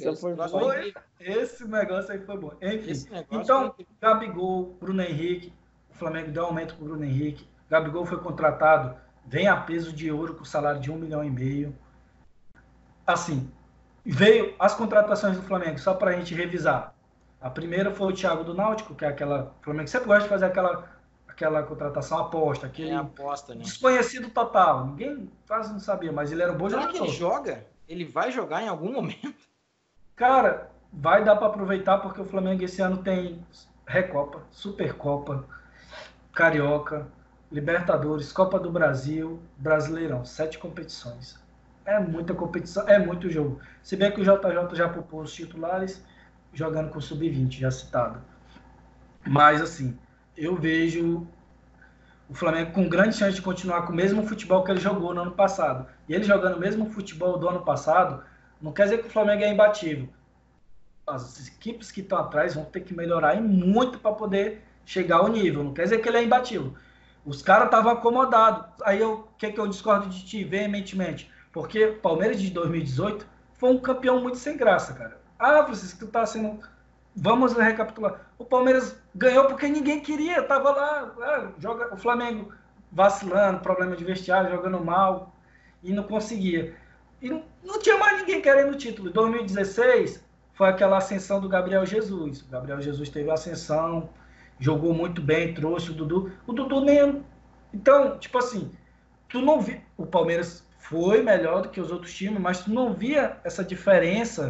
Esse negócio aí foi bom. Enfim, então, Gabigol, Bruno Henrique, o Flamengo deu aumento para o Bruno Henrique. Gabigol foi contratado, vem a peso de ouro com salário de 1,5 milhão. Assim, veio as contratações do Flamengo, só para a gente revisar. A primeira foi o Thiago do Náutico, que é aquela... O Flamengo sempre gosta de fazer aquela contratação aposta, aquele aposta, né? Desconhecido total. Ninguém quase não sabia, mas ele era um bom jogador. Será que ele joga? Ele vai jogar em algum momento? Cara, vai dar para aproveitar, porque o Flamengo esse ano tem Recopa, Supercopa, Carioca, Libertadores, Copa do Brasil, Brasileirão, 7 competições. É muita competição, é muito jogo. Se bem que o JJ já poupou os titulares, jogando com o Sub-20, já citado. Mas, assim, eu vejo o Flamengo com grande chance de continuar com o mesmo futebol que ele jogou no ano passado. E ele jogando o mesmo futebol do ano passado, não quer dizer que o Flamengo é imbatível. As equipes que estão atrás vão ter que melhorar e muito para poder chegar ao nível. Não quer dizer que ele é imbatível. Os caras estavam acomodados. Aí o que eu discordo de ti veementemente? Porque o Palmeiras de 2018 foi um campeão muito sem graça, cara. Francisco, tu tá sendo... Vamos recapitular. O Palmeiras ganhou porque ninguém queria. Tava lá, joga o Flamengo vacilando, problema de vestiário, jogando mal e não conseguia. E não tinha mais ninguém querendo o título. Em 2016 foi aquela ascensão do Gabriel Jesus. O Gabriel Jesus teve a ascensão, jogou muito bem, trouxe o Dudu. O Dudu nem... Então, tipo assim, tu não via... O Palmeiras foi melhor do que os outros times, mas tu não via essa diferença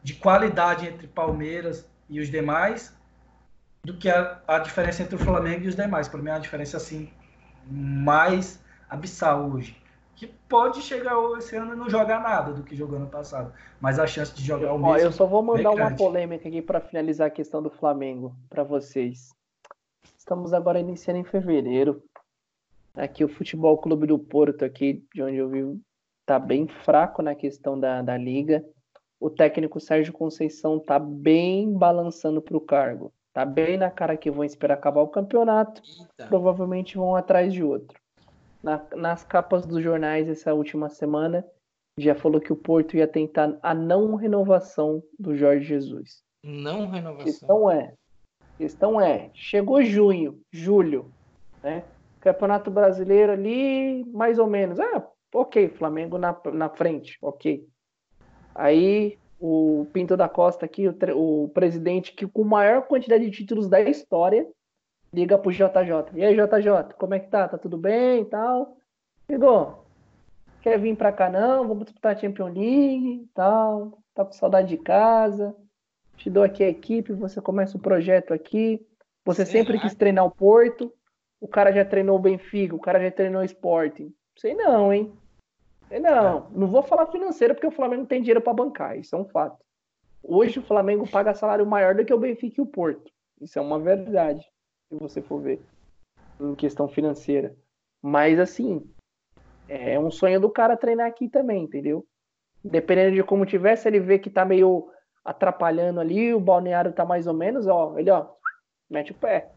de qualidade entre Palmeiras e os demais do que a diferença entre o Flamengo e os demais. Para mim é uma diferença assim mais abissal hoje. Que pode chegar esse ano e não jogar nada do que jogou ano passado. Mas a chance de jogar o mesmo. Eu só vou mandar bem uma grande. polêmica aqui para finalizar a questão do Flamengo para vocês. Estamos agora iniciando em fevereiro. Aqui o Futebol Clube do Porto, aqui de onde eu vivo, tá bem fraco na questão da liga. O técnico Sérgio Conceição tá bem balançando pro cargo. Tá bem na cara que vão esperar acabar o campeonato. Eita. Provavelmente vão atrás de outro. Nas capas dos jornais essa última semana, já falou que o Porto ia tentar a não renovação do Jorge Jesus. Não renovação. Questão é, chegou julho, né? Campeonato Brasileiro ali, mais ou menos. Ok, Flamengo na frente, ok. Aí o Pinto da Costa aqui, o presidente que com maior quantidade de títulos da história, liga pro JJ. E aí, JJ, como é que tá? Tá tudo bem e tal? Ligou. Quer vir pra cá não? Vamos disputar a Champions League e tal. Tá com saudade de casa. Te dou aqui a equipe, você começa o projeto aqui. Você sempre quis treinar o Porto. O cara já treinou o Benfica, o cara já treinou o Sporting. Sei não, hein? Sei não. Não vou falar financeiro porque o Flamengo não tem dinheiro pra bancar. Isso é um fato. Hoje o Flamengo paga salário maior do que o Benfica e o Porto. Isso é uma verdade, se você for ver, em questão financeira. Mas, assim, é um sonho do cara treinar aqui também, entendeu? Dependendo de como tiver, se ele vê que tá meio atrapalhando ali, o balneário tá mais ou menos, ele mete o pé.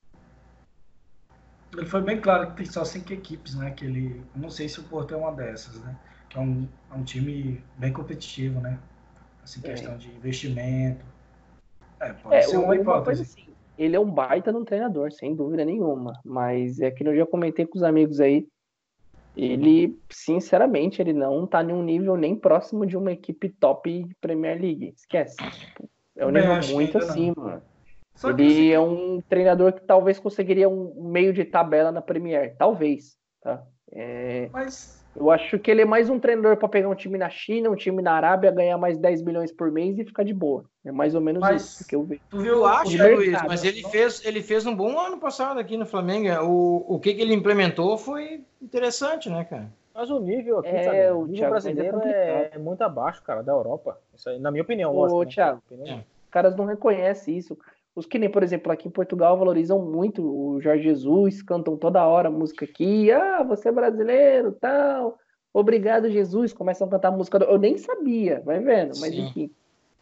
Ele foi bem claro que tem só 5 equipes, né? Que ele, não sei se o Porto é uma dessas, né? Que é um time bem competitivo, né? Assim, questão de investimento. Pode ser uma hipótese. Assim, ele é um baita no treinador, sem dúvida nenhuma. Mas é que eu já comentei com os amigos aí, ele, sinceramente, ele não tá em um nível nem próximo de uma equipe top de Premier League. Esquece. É um nível muito acima. Ele é um treinador que talvez conseguiria um meio de tabela na Premier. Talvez. Tá? Mas eu acho que ele é mais um treinador para pegar um time na China, um time na Arábia, ganhar mais 10 milhões por mês e ficar de boa. É mais ou menos isso que eu vejo. Tu acha, Luiz? Mas ele fez um bom ano passado aqui no Flamengo. O que ele implementou foi interessante, né, cara? Mas o nível aqui, o nível brasileiro é muito abaixo, cara, da Europa. Isso aí, na minha opinião. Thiago, os caras não reconhecem isso. Os que nem, por exemplo, aqui em Portugal valorizam muito o Jorge Jesus, cantam toda hora música aqui. Você é brasileiro, tal. Obrigado, Jesus. Começam a cantar música. Eu nem sabia, vai vendo, mas enfim.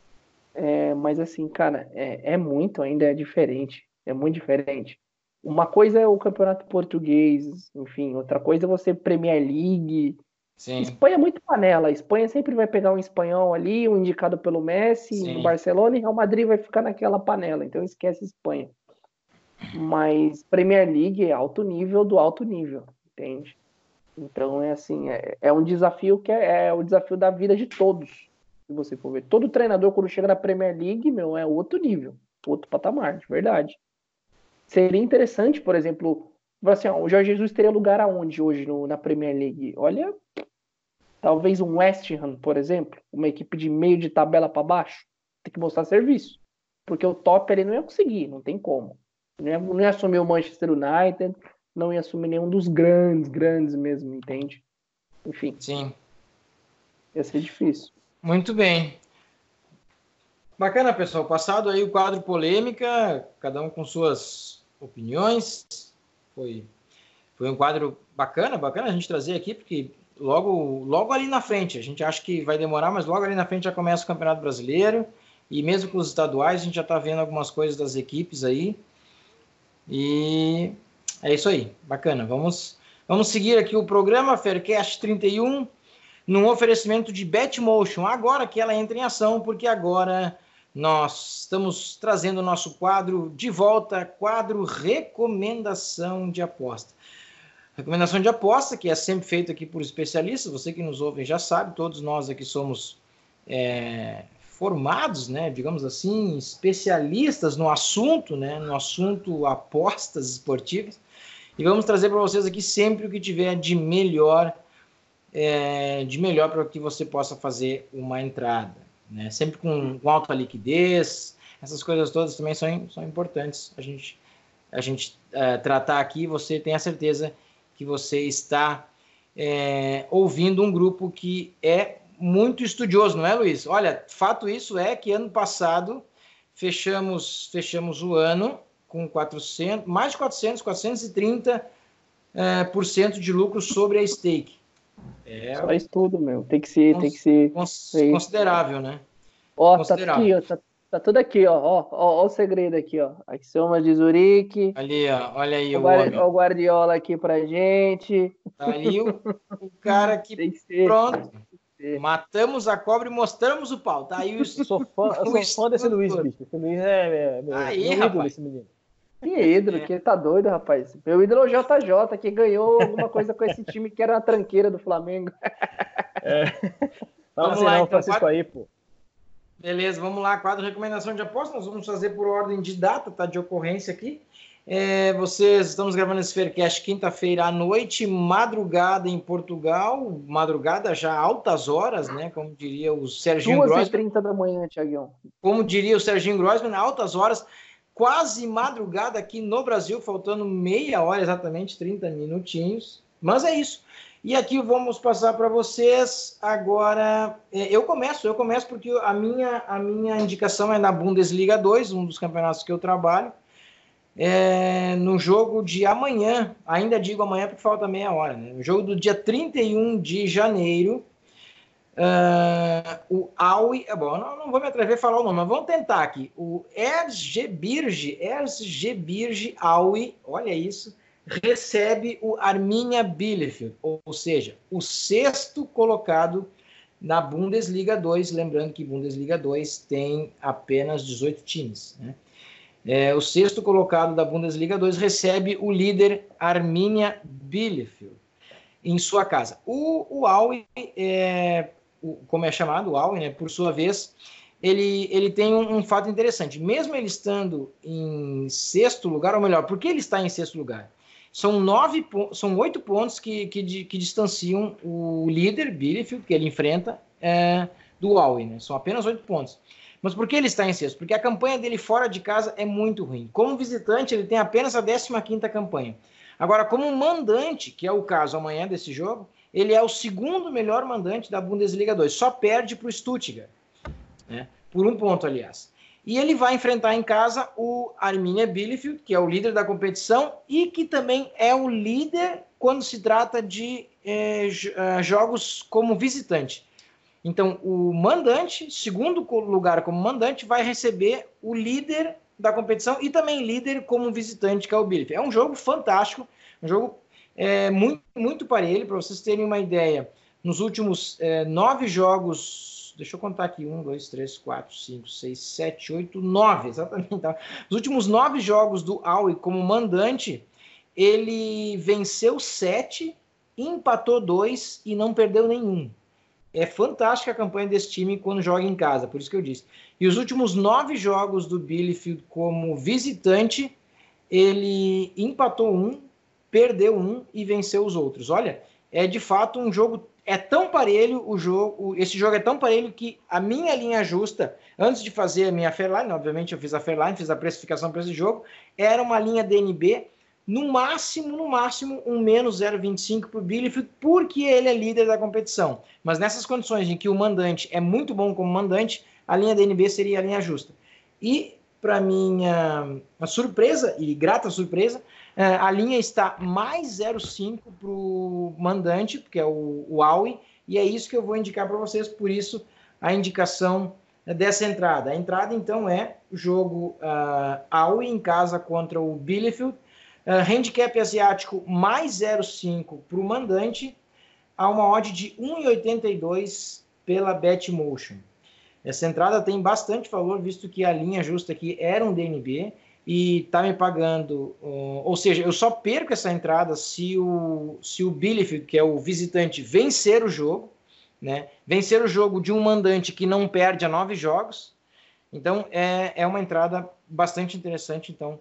Mas assim, cara, ainda é diferente. É muito diferente. Uma coisa é o campeonato português, enfim. Outra coisa é você Premier League. Sim. Espanha é muito panela. A Espanha sempre vai pegar um espanhol ali, um indicado pelo Messi, no Barcelona, e Real Madrid vai ficar naquela panela. Então esquece Espanha. Mas Premier League é alto nível do alto nível, entende? Então é assim, é um desafio que é o desafio da vida de todos. Se você for ver, todo treinador quando chega na Premier League, é outro nível, outro patamar, de verdade. Seria interessante, por exemplo, assim, o Jorge Jesus teria lugar aonde hoje na Premier League? Olha, talvez um West Ham, por exemplo, uma equipe de meio de tabela para baixo, tem que mostrar serviço, porque o top ele não ia conseguir, não tem como. Não ia assumir o Manchester United, não ia assumir nenhum dos grandes mesmo, entende? Enfim. Sim. Ia ser difícil. Muito bem. Bacana, pessoal. Passado aí o quadro polêmica, cada um com suas opiniões. Foi um quadro bacana a gente trazer aqui, porque logo ali na frente, a gente acha que vai demorar, mas logo ali na frente já começa o Campeonato Brasileiro, e mesmo com os estaduais, a gente já está vendo algumas coisas das equipes aí. E é isso aí, bacana. Vamos seguir aqui o programa Faircast 31, num oferecimento de Betmotion, agora que ela entra em ação, porque agora nós estamos trazendo o nosso quadro de volta, quadro Recomendação de Aposta. Recomendação de aposta, que é sempre feito aqui por especialistas, você que nos ouve já sabe, todos nós aqui somos formados, né, digamos assim, especialistas no assunto, né, no assunto apostas esportivas, e vamos trazer para vocês aqui sempre o que tiver de melhor para que você possa fazer uma entrada. né? Sempre com alta liquidez, essas coisas todas também são importantes a gente tratar aqui. Você tem a certeza que você está ouvindo um grupo que é muito estudioso, não é, Luiz? Olha, fato isso é que ano passado fechamos o ano com mais de 430% de lucro sobre a stake. Só estudo, meu. Tem que ser considerável, né? Ó, considerável. Tá aqui, ó. Tá tudo aqui, ó o segredo aqui, ó. Axioma de Zurique. Ali, ó. Olha aí o Guardiola aqui pra gente. Tá ali o cara que pronto. Matamos a cobra e mostramos o pau. Tá aí eu sou fã desse Luiz, bicho. Esse Luiz é meu ídolo, esse menino. Que ídolo, que tá doido, rapaz. Meu ídolo é o JJ, que ganhou alguma coisa com esse time que era a tranqueira do Flamengo. Vamos lá, então, Francisco aí, pô. Beleza, vamos lá. Quadro recomendação de aposta. Nós vamos fazer por ordem de data, tá? De ocorrência aqui. Estamos gravando esse Faircast quinta-feira à noite, madrugada em Portugal, madrugada já altas horas, né? Como diria o Serginho Grossman. 2h30 da manhã, Thiagão. Como diria o Serginho Grossman, altas horas, quase madrugada aqui no Brasil, faltando meia hora exatamente, 30 minutinhos. Mas é isso. E aqui vamos passar para vocês agora. Eu começo porque a minha indicação é na Bundesliga 2, um dos campeonatos que eu trabalho. No jogo de amanhã, ainda digo amanhã porque falta meia hora, né? No jogo do dia 31 de janeiro, o Aue, bom, não vou me atrever a falar o nome, mas vamos tentar aqui. O Erzgebirge Aue, olha isso, recebe o Arminia Bielefeld, ou seja, o sexto colocado na Bundesliga 2, lembrando que Bundesliga 2 tem apenas 18 times, né? O sexto colocado da Bundesliga 2 recebe o líder Arminia Bielefeld em sua casa. O Aue, como é chamado, o Aue, né, por sua vez, ele tem um fato interessante. Mesmo ele estando em sexto lugar, ou melhor, por que ele está em sexto lugar? São 8 pontos que distanciam o líder Bielefeld, que ele enfrenta, do Aue, né? São apenas 8 pontos. Mas por que ele está em sexto? Porque a campanha dele fora de casa é muito ruim. Como visitante, ele tem apenas a 15ª campanha. Agora, como mandante, que é o caso amanhã desse jogo, ele é o segundo melhor mandante da Bundesliga 2. Só perde para o Stuttgart, né? Por 1 ponto, aliás. E ele vai enfrentar em casa o Arminia Bielefeld, que é o líder da competição e que também é o líder quando se trata de jogos como visitante. Então, o mandante, segundo lugar como mandante, vai receber o líder da competição e também líder como visitante, que é o Bielefeld. É um jogo fantástico, um jogo muito, muito parelho. Para vocês terem uma ideia, nos últimos 9 jogos, deixa eu contar aqui, 1, 2, 3, 4, 5, 6, 7, 8, 9, exatamente. Tá? Os últimos 9 jogos do Aue como mandante, ele venceu 7, empatou 2 e não perdeu nenhum. É fantástica a campanha desse time quando joga em casa, por isso que eu disse. E os últimos 9 jogos do Bielefeld como visitante, ele empatou 1, perdeu 1 e venceu os outros. Olha, é de fato um jogo, é tão parelho esse jogo é tão parelho que a minha linha justa, antes de fazer a minha Fairline, obviamente eu fiz a Fairline, fiz a precificação para esse jogo, era uma linha DNB, no máximo, um menos 0,25 para o Bielefeld, porque ele é líder da competição. Mas nessas condições em que o mandante é muito bom como mandante, a linha DNB seria a linha justa. E, para minha surpresa, e grata surpresa, a linha está mais 0,5 para o mandante, que é o Aue, e é isso que eu vou indicar para vocês, por isso a indicação dessa entrada. A entrada, então, é o jogo Aue em casa contra o Bielefeld, handicap asiático mais 0,5 para o mandante, a uma odd de 1,82 pela Betmotion. Essa entrada tem bastante valor, visto que a linha justa aqui era um DNB e está me pagando, ou seja, eu só perco essa entrada se o Bielefeld, que é o visitante, vencer o jogo, né? Vencer o jogo de um mandante que não perde a 9 jogos. Então é uma entrada bastante interessante. Então,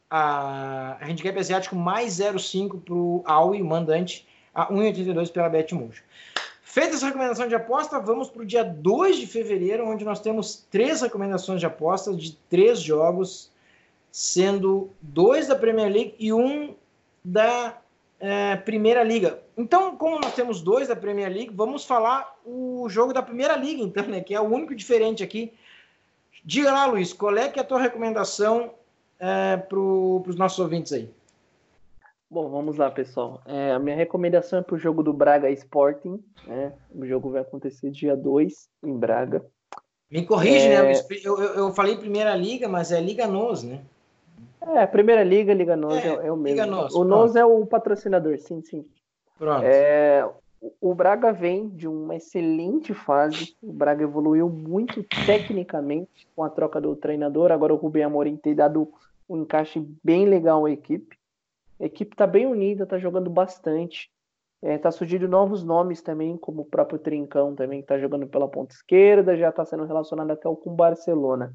a handicap asiático mais 0,5 para o Aue, mandante, a 1,82 pela Betmotion. Feita essa recomendação de aposta, vamos para o dia 2 de fevereiro, onde nós temos 3 recomendações de apostas de 3 jogos, sendo 2 da Premier League e 1 da Primeira Liga. Então, como nós temos 2 da Premier League, vamos falar o jogo da Primeira Liga, então, né, que é o único diferente aqui. Diga lá, Luiz, qual é que é a tua recomendação para os nossos ouvintes aí? Bom, vamos lá, pessoal. A minha recomendação é para o jogo do Braga Sporting. Né? O jogo vai acontecer dia 2 em Braga. Me corrige, né, Luiz? Eu falei Primeira Liga, mas é Liga NOS, né? Primeira Liga, Liga NOS é o mesmo. Liga NOS, o NOS é o patrocinador, sim. Pronto. O Braga vem de uma excelente fase. O Braga evoluiu muito tecnicamente com a troca do treinador. Agora o Rubem Amorim tem dado um encaixe bem legal à equipe. A equipe está bem unida, está jogando bastante. Está surgindo novos nomes também, como o próprio Trincão também, que está jogando pela ponta esquerda, já está sendo relacionado até com o Barcelona.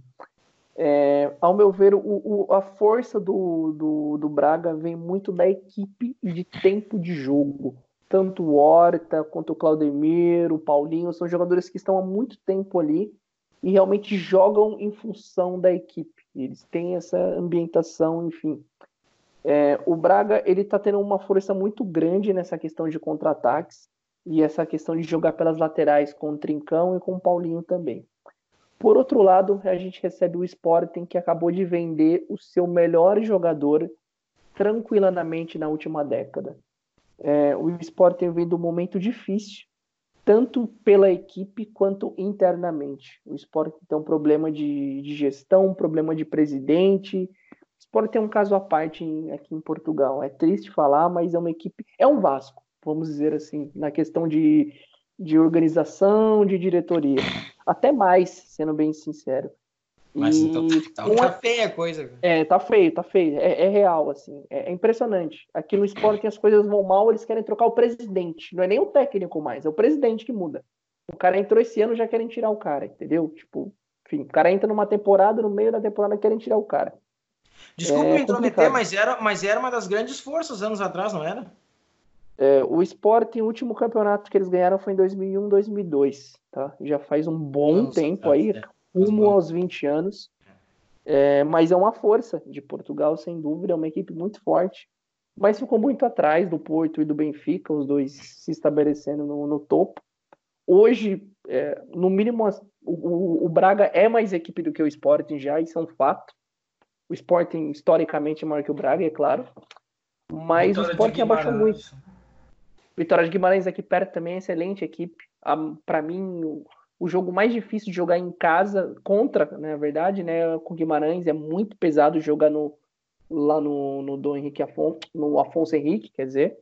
Ao meu ver, a força do Braga vem muito da equipe e de tempo de jogo. Tanto o Horta, quanto o Claudemir, o Paulinho, são jogadores que estão há muito tempo ali e realmente jogam em função da equipe. Eles têm essa ambientação, enfim. O Braga ele está tendo uma força muito grande nessa questão de contra-ataques e essa questão de jogar pelas laterais com o Trincão e com o Paulinho também. Por outro lado, a gente recebe o Sporting, que acabou de vender o seu melhor jogador tranquilamente na última década. O Sporting vem de um momento difícil, tanto pela equipe quanto internamente. O Sporting tem um problema de gestão, um problema de presidente. O Sport tem um caso à parte aqui em Portugal. É triste falar, mas é uma equipe... É um Vasco, vamos dizer assim, na questão de organização, de diretoria. Até mais, sendo bem sincero. Mas então tá feia a coisa. Tá feio. É real, assim. É impressionante. Aqui no Sport as coisas vão mal, eles querem trocar o presidente. Não é nem o técnico mais, é o presidente que muda. O cara entrou esse ano, já querem tirar o cara, entendeu? Enfim, o cara entra numa temporada, no meio da temporada querem tirar o cara. Desculpa me intrometer, mas era uma das grandes forças anos atrás, não era? O Sport, o último campeonato que eles ganharam foi em 2001, 2002, tá? Já faz um bom tempo aí, rumo aos 20 anos. Mas é uma força de Portugal, sem dúvida, é uma equipe muito forte, mas ficou muito atrás do Porto e do Benfica, os dois se estabelecendo no topo. Hoje, no mínimo, o Braga é mais equipe do que o Sporting já, isso é um fato. O Sporting, historicamente, é maior que o Braga, é claro. Mas Vitória o Sporting abaixou muito. Vitória de Guimarães aqui perto também é excelente equipe. Para mim, o jogo mais difícil de jogar em casa, contra, na verdade, né, com Guimarães, é muito pesado jogar lá no Dom Henrique Afonso, no Afonso Henrique, quer dizer.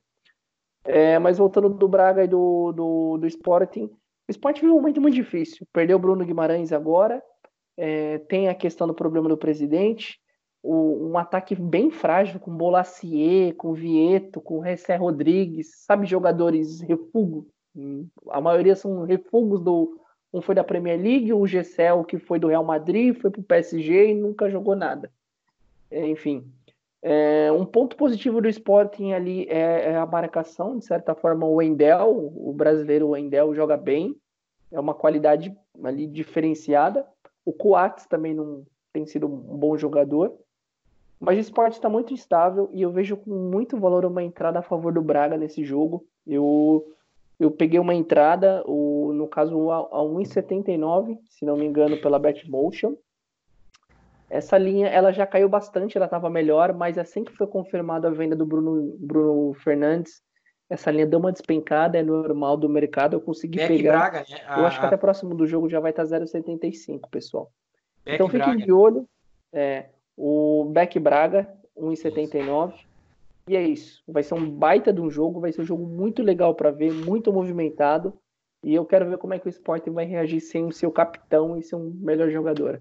Mas voltando do Braga e do Sporting, o Sporting vive um momento muito difícil. Perdeu o Bruno Guimarães agora, tem a questão do problema do presidente, um ataque bem frágil com Bolacier, com Vieto, com Ressé Rodrigues, sabe, jogadores refugos. A maioria são refugos um foi da Premier League, o Gessel, que foi do Real Madrid, foi pro PSG e nunca jogou nada. Enfim, um ponto positivo do Sporting ali é a marcação, de certa forma o Wendel, o brasileiro Wendel joga bem, é uma qualidade ali diferenciada. O Coates também não tem sido um bom jogador, mas o Sport está muito instável e eu vejo com muito valor uma entrada a favor do Braga nesse jogo. Eu peguei uma entrada, no caso a 1,79, se não me engano, pela Betmotion. Essa linha ela já caiu bastante, ela estava melhor, mas assim que foi confirmada a venda do Bruno Fernandes, essa linha deu uma despencada, é normal do mercado, eu consegui pegar. Braga, né? Eu acho que até próximo do jogo já vai estar 0,75, pessoal. Então fiquem de olho. O Beck Braga, 1,79. E é isso. Vai ser um baita de um jogo, vai ser um jogo muito legal para ver, muito movimentado. E eu quero ver como é que o Sporting vai reagir sem o seu capitão e ser um melhor jogador.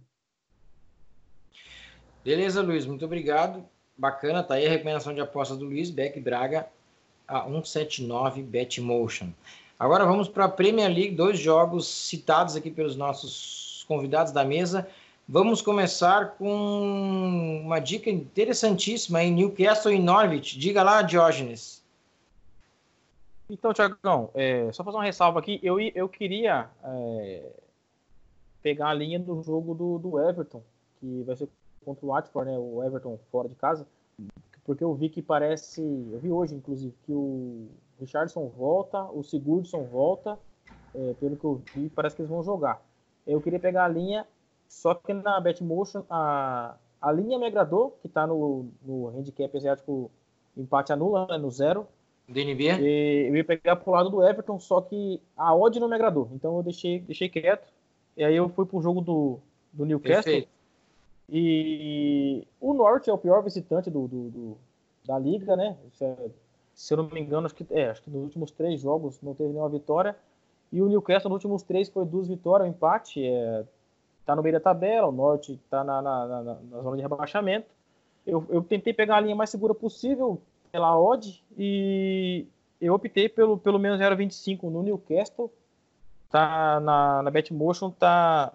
Beleza, Luiz, muito obrigado. Bacana, tá aí a recomendação de aposta do Luiz, Beck Braga a 1,79 Betmotion. Agora vamos para a Premier League, 2 jogos citados aqui pelos nossos convidados da mesa. Vamos começar com uma dica interessantíssima em Newcastle e Norwich. Diga lá, Diógenes. Então, Thiagão, só fazer uma ressalva aqui. Eu queria pegar a linha do jogo do Everton, que vai ser contra o Watford, né? O Everton fora de casa. Porque eu vi que eu vi hoje, inclusive, que o Richarlison volta, o Sigurdsson volta. Pelo que eu vi, parece que eles vão jogar. Eu queria pegar a linha, só que na Betmotion, a linha me agradou, que está no handicap asiático, empate anula, né, no 0. DNB? Eu ia pegar pro lado do Everton, só que a odd não me agradou. Então eu deixei quieto. E aí eu fui pro jogo do Newcastle. Perfeito. E o Norwich é o pior visitante da liga, né? Se eu não me engano, acho que nos últimos 3 jogos não teve nenhuma vitória. E o Newcastle nos últimos 3 foi 2 vitórias, um empate. Tá no meio da tabela, o Norwich tá na zona de rebaixamento. Eu tentei pegar a linha mais segura possível pela odd e eu optei pelo menos 0,25 no Newcastle. Tá na Betmotion, tá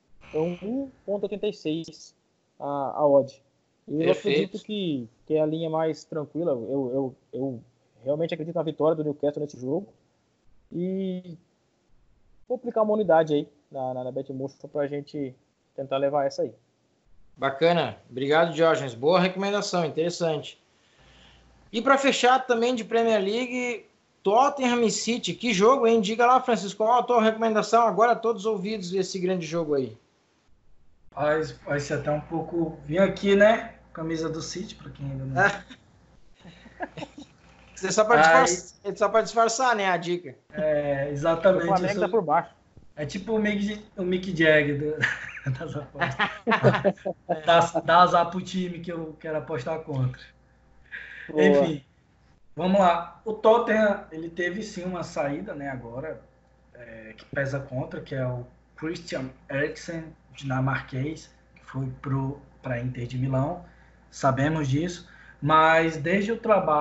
1,86 a odd. E eu acredito que é a linha mais tranquila. Eu realmente acredito na vitória do Newcastle nesse jogo. E vou aplicar uma unidade aí na Betmotion pra gente tentar levar essa aí. Bacana. Obrigado, Diógenes. Boa recomendação, interessante. E para fechar também de Premier League, Tottenham e City. Que jogo, hein? Diga lá, Francisco, qual a tua recomendação? Agora todos ouvidos desse grande jogo aí. Vai ser até um pouco... Vim aqui, né? Camisa do City, para quem ainda não... Você só para disfarçar, né? A dica. Exatamente. O Flamengo tá por baixo. É tipo o Mick Jagger das apostas. Dá azar pro time que eu quero apostar contra. Boa. Enfim, vamos lá. O Tottenham, ele teve sim uma saída, né, agora, que pesa contra, que é o Christian Eriksen, dinamarquês, que foi para Inter de Milão. Sabemos disso. Mas desde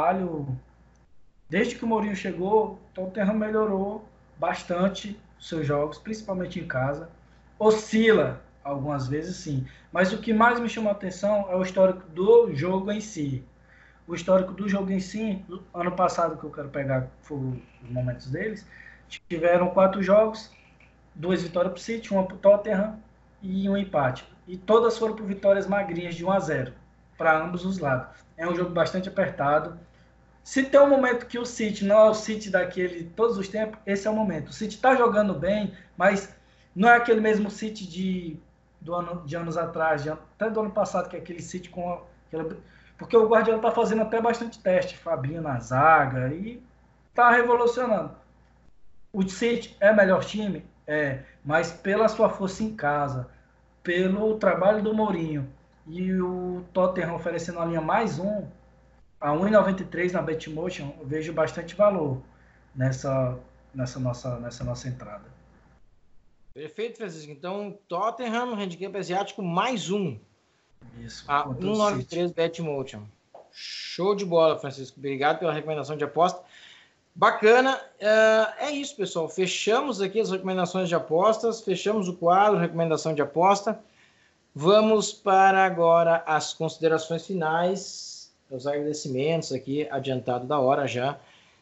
que o Mourinho chegou, o Tottenham melhorou bastante seus jogos, principalmente em casa. Oscila algumas vezes, sim. Mas o que mais me chamou a atenção é o histórico do jogo em si. O histórico do jogo em si, ano passado, que eu quero pegar os momentos deles, tiveram 4 jogos, 2 vitórias para o City, 1 para o Tottenham e um empate. E todas foram por vitórias magrinhas de 1-0, para ambos os lados. É um jogo bastante apertado. Se tem um momento que o City não é o City daquele todos os tempos, esse é o momento. O City está jogando bem, mas não é aquele mesmo City de anos atrás, até do ano passado, que é aquele City com aquela... Porque o Guardiola está fazendo até bastante teste, Fabinho na zaga, e está revolucionando. O City é melhor time? Mas pela sua força em casa, pelo trabalho do Mourinho, e o Tottenham oferecendo a linha mais a 1,93 na Betmotion, eu vejo bastante valor nessa nossa entrada. Perfeito, Francisco. Então, Tottenham, handicap asiático, mais 1. Isso. A 1,93 Betmotion. Show de bola, Francisco. Obrigado pela recomendação de aposta. Bacana. É isso, pessoal. Fechamos aqui as recomendações de apostas. Fechamos o quadro, recomendação de aposta. Vamos para agora as considerações finais, os agradecimentos aqui, adiantado da hora já.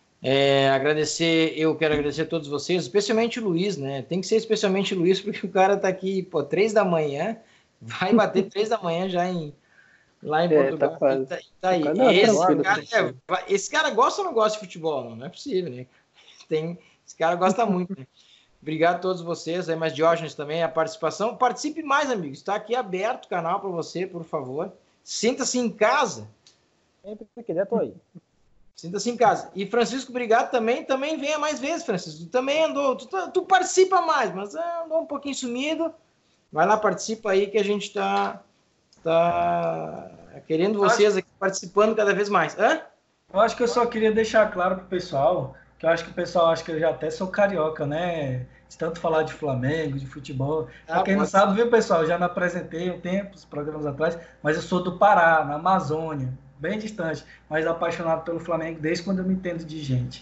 Eu quero agradecer a todos vocês, especialmente o Luiz, né? Tem que ser especialmente o Luiz, porque o cara tá aqui, 3 da manhã, vai bater 3 da manhã já lá em Portugal. Tá quase. Tá aí. Esse cara gosta ou não gosta de futebol? Não é possível, né? Esse cara gosta muito, né? Obrigado a todos vocês, aí, mas Diógenes também, a participação. Participe mais, amigos. Está aqui aberto o canal para você, por favor. Sinta-se em casa. Sempre que quiser, tô aí. Sinta-se em casa. E Francisco, obrigado também. Também venha mais vezes, Francisco. Tu também andou. Tu participa mais, mas andou um pouquinho sumido. Vai lá, participa aí que a gente tá querendo vocês aqui participando cada vez mais. Eu acho que eu só queria deixar claro pro pessoal, que eu acho que o pessoal acha que eu já até sou carioca, né? De tanto falar de Flamengo, de futebol. Pra quem não sabe, viu, pessoal? Eu já me apresentei um tempo, uns programas atrás, mas eu sou do Pará, na Amazônia, bem distante, mas apaixonado pelo Flamengo desde quando eu me entendo de gente.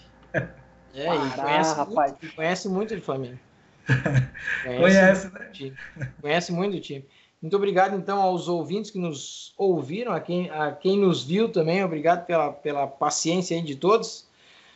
Conhece muito de Flamengo. Conhece muito o time. Muito obrigado, então, aos ouvintes que nos ouviram, a quem nos viu também, obrigado pela paciência aí de todos.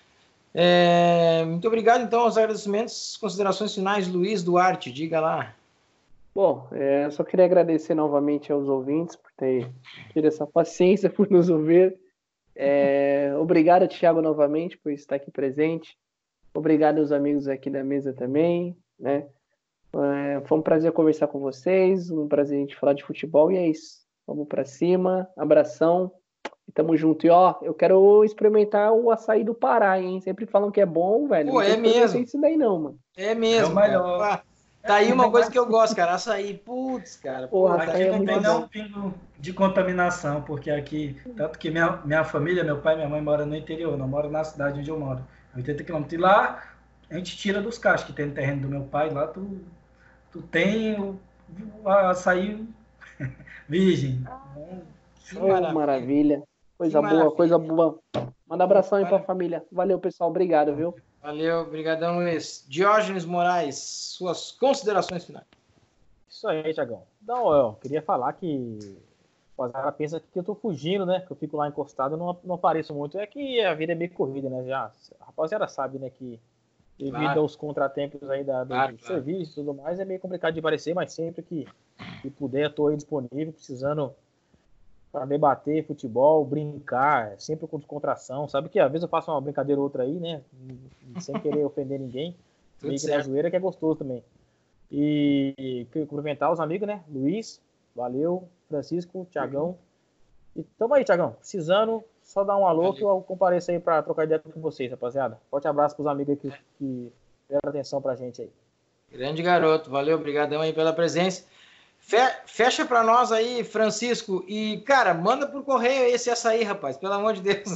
Muito obrigado, então, aos agradecimentos. Considerações finais, Luiz Duarte, diga lá. Bom, só queria agradecer novamente aos ouvintes por ter tido essa paciência, por nos ouvir. Obrigado, Thiago, novamente, por estar aqui presente. Obrigado aos amigos aqui da mesa também, né? Foi um prazer conversar com vocês, um prazer a gente falar de futebol, e é isso. Vamos pra cima, abração, e tamo junto. E eu quero experimentar o açaí do Pará, hein? Sempre falam que é bom, velho. Pô, é mesmo. Não isso daí não, mano. É mesmo, é o melhor. Cara. Tá aí uma coisa que eu gosto, cara, açaí. Putz, cara. Porra, aqui não tem nenhum pingo de contaminação, porque aqui, tanto que minha família, meu pai e minha mãe moram no interior, não moram na cidade onde eu moro, 80 quilômetros. E lá a gente tira dos cachos, que tem no terreno do meu pai, lá tu tem o açaí virgem. Maravilha. Coisa boa. Manda abração aí pra família. Valeu, pessoal. Obrigado, viu? Valeu, brigadão, Luiz. Diógenes Moraes, suas considerações finais. Isso aí, Thiagão. Não, eu queria falar que a rapaziada pensa que eu tô fugindo, né? Que eu fico lá encostado, não apareço muito. É que a vida é meio corrida, né? Já, a rapaziada sabe, né? Que devido aos contratempos aí do serviço e tudo mais, é meio complicado de aparecer, mas sempre que puder, eu tô aí disponível, precisando para debater futebol, brincar, sempre com descontração. Sabe que às vezes eu faço uma brincadeira ou outra aí, né? Sem querer ofender ninguém. Meio que na zoeira, que é gostoso também. E cumprimentar os amigos, né? Luiz, valeu. Francisco, Thiagão. E tamo aí, Thiagão. Precisando, só dar um alô que eu compareço aí para trocar ideia com vocês, rapaziada. Forte abraço pros amigos aqui que deram atenção pra gente aí. Grande garoto, valeu, obrigadão aí pela presença. Fecha para nós aí, Francisco, e, cara, manda por correio esse açaí, rapaz, pelo amor de Deus.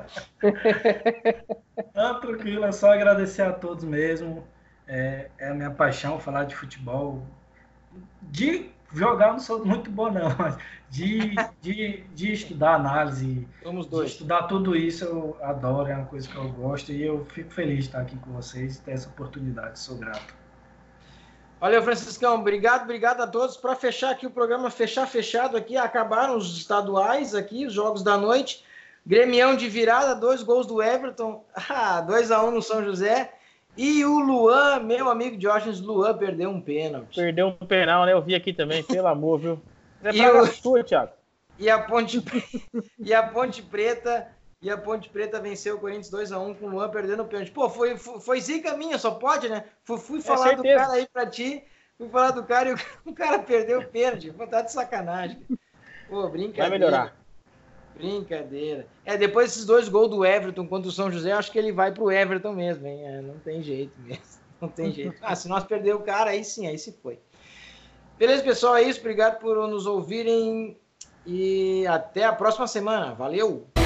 Tranquilo, é só agradecer a todos mesmo. É a minha paixão falar de futebol. De jogar não sou muito bom, não, mas de estudar análise, Somos dois. De estudar tudo isso eu adoro, é uma coisa que eu gosto, e eu fico feliz de estar aqui com vocês e ter essa oportunidade, sou grato. Valeu, Franciscão, obrigado a todos. Para fechar aqui o programa, fechado aqui, acabaram os estaduais aqui, os jogos da noite. Grêmião de virada, 2 gols do Everton, 2-1 no São José. E o Luan, meu amigo Diógenes, Luan perdeu um pênalti. Perdeu um penal, né? Eu vi aqui também, pelo amor, viu? Thiago. E a Ponte Preta venceu o Corinthians 2-1 com o Luan perdendo o pênalti. Pô, foi zica minha, só pode, né? Fui falar do cara aí pra ti, fui falar do cara e o cara perdeu o pênalti. Pô, tá de sacanagem. Pô, brincadeira. Vai melhorar. Brincadeira. Depois desses 2 gols do Everton contra o São José, eu acho que ele vai pro Everton mesmo, hein? Não tem jeito mesmo. Não tem jeito. Se nós perder o cara, aí sim, aí se foi. Beleza, pessoal, é isso. Obrigado por nos ouvirem e até a próxima semana. Valeu!